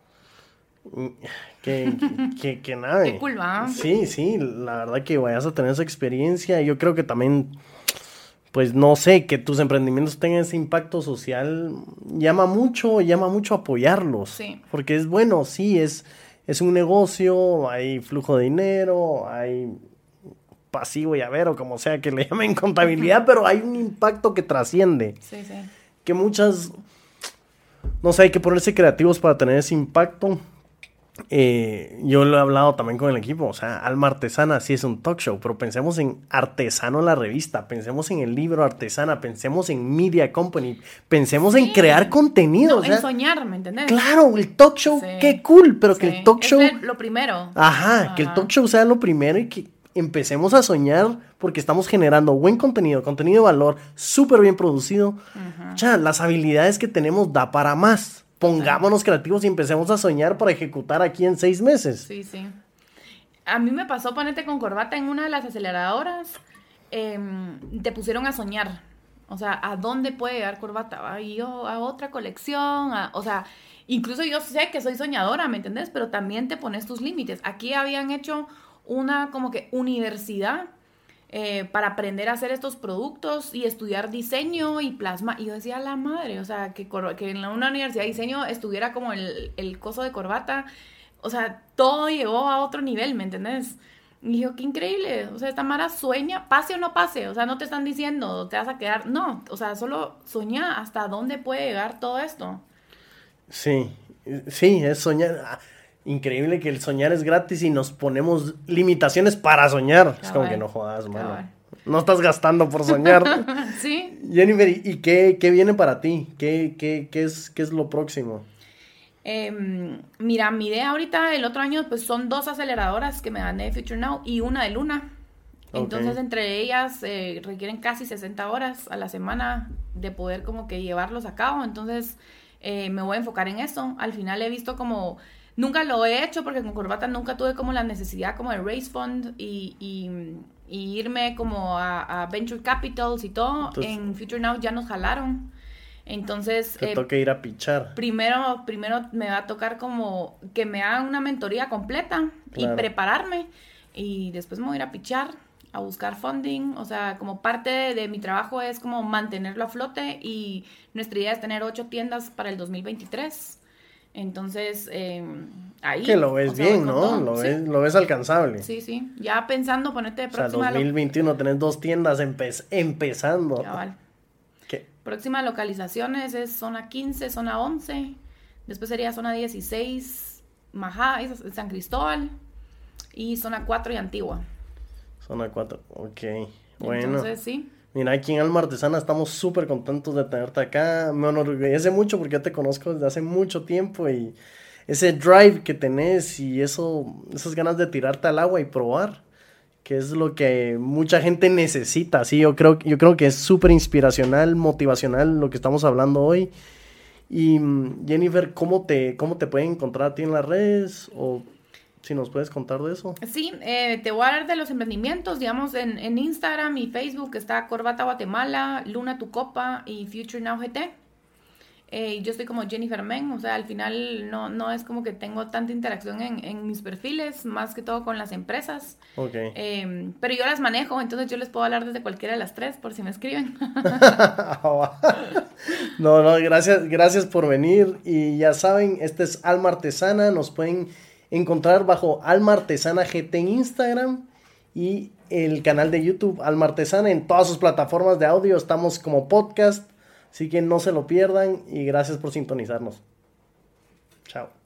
Que, que, que nada. Qué cool, ¿va? Sí, sí, la verdad que vayas a tener esa experiencia. Yo creo que también, pues no sé, que tus emprendimientos tengan ese impacto social, llama mucho, llama mucho apoyarlos. Sí. Porque es bueno, sí, es, es un negocio, hay flujo de dinero, hay pasivo y haber, o como sea que le llamen contabilidad, pero hay un impacto que trasciende. Sí, sí. Que muchas, no sé, hay que ponerse creativos para tener ese impacto. Eh, yo lo he hablado también con el equipo, o sea, Alma Artesana sí es un talk show, pero pensemos en Artesano la revista, pensemos en el libro Artesana, pensemos en Media Company, pensemos sí. en crear contenido. No, o sea, en soñar, ¿me entendés? Claro, el talk show, sí. qué cool, pero sí. que el talk show... Es lo primero. Ajá, Ajá, que el talk show sea lo primero y que empecemos a soñar porque estamos generando buen contenido, contenido de valor, súper bien producido. Uh-huh. Ya, las habilidades que tenemos da para más. Pongámonos creativos y empecemos a soñar para ejecutar aquí en seis meses. Sí, sí. A mí me pasó, ponete con corbata en una de las aceleradoras, eh, te pusieron a soñar. O sea, ¿a dónde puede llegar corbata? Y yo, a otra colección, a, o sea, incluso yo sé que soy soñadora, ¿me entendés? Pero también te pones tus límites. Aquí habían hecho una como que universidad Eh, para aprender a hacer estos productos y estudiar diseño y plasma. Y yo decía, la madre, o sea, que, cor- que en una universidad de diseño estuviera como el, el coso de corbata. O sea, todo llegó a otro nivel, ¿me entendés? Y yo, qué increíble. O sea, esta Mara sueña, pase o no pase. O sea, no te están diciendo, te vas a quedar. No, o sea, solo soñá hasta dónde puede llegar todo esto. Sí, sí, es soñar. Increíble que el soñar es gratis y nos ponemos limitaciones para soñar. Cabal. Es como que no jodas, mano. Cabal. No estás gastando por soñar. Sí. Jennifer, ¿y qué, qué viene para ti? ¿Qué, qué, qué, es, qué es lo próximo? Eh, mira, mi idea ahorita, el otro año, pues son dos aceleradoras que me gané de Future Now y una de Luna. Okay. Entonces, entre ellas eh, requieren casi sesenta horas a la semana de poder como que llevarlos a cabo. Entonces, eh, me voy a enfocar en eso. Al final he visto como... Nunca lo he hecho porque con corbata nunca tuve como la necesidad como de raise fund y, y, y irme como a, a venture capitals y todo. Entonces, en Future Now ya nos jalaron. Entonces... Te eh, toca ir a pichar. Primero, primero me va a tocar como que me hagan una mentoría completa claro. y prepararme. Y después me voy a ir a pichar, a buscar funding. O sea, como parte de, de mi trabajo es como mantenerlo a flote y nuestra idea es tener ocho tiendas para el dos mil veintitrés. Entonces, eh, ahí... Que lo ves o sea, bien, ¿no? Lo, ¿sí? ves, lo ves alcanzable. Sí, sí. Ya pensando ponerte de próxima... O sea, dos mil veintiuno lo... tenés dos tiendas empe- empezando. Ya vale. ¿Qué? Próxima localizaciones es zona quince, zona once. Después sería zona dieciséis Majá, San Cristóbal y zona cuatro y Antigua. Zona cuatro, ok. Bueno. Entonces, sí. Mira, aquí en Alma Artesana estamos súper contentos de tenerte acá. Me enorgullece mucho porque yo te conozco desde hace mucho tiempo y ese drive que tenés y eso, esas ganas de tirarte al agua y probar, que es lo que mucha gente necesita. Sí, yo creo, yo creo que es súper inspiracional, motivacional lo que estamos hablando hoy. Y Jennifer, ¿cómo te, cómo te pueden encontrar a ti en las redes? O si nos puedes contar de eso. Sí, eh, te voy a hablar de los emprendimientos, digamos, en, en Instagram y Facebook está Corbata Guatemala, Luna Tu Copa y Future Now G T. Eh, yo estoy como Jennifer Men, o sea, al final no, no es como que tengo tanta interacción en, en mis perfiles, más que todo con las empresas. Ok. Eh, pero yo las manejo, entonces yo les puedo hablar desde cualquiera de las tres, por si me escriben. No, no, gracias, gracias por venir. Y ya saben, este es Alma Artesana, nos pueden encontrar bajo Alma Artesana G T en Instagram y el canal de YouTube Alma Artesana en todas sus plataformas de audio, estamos como podcast. Así que no se lo pierdan y gracias por sintonizarnos. Chao.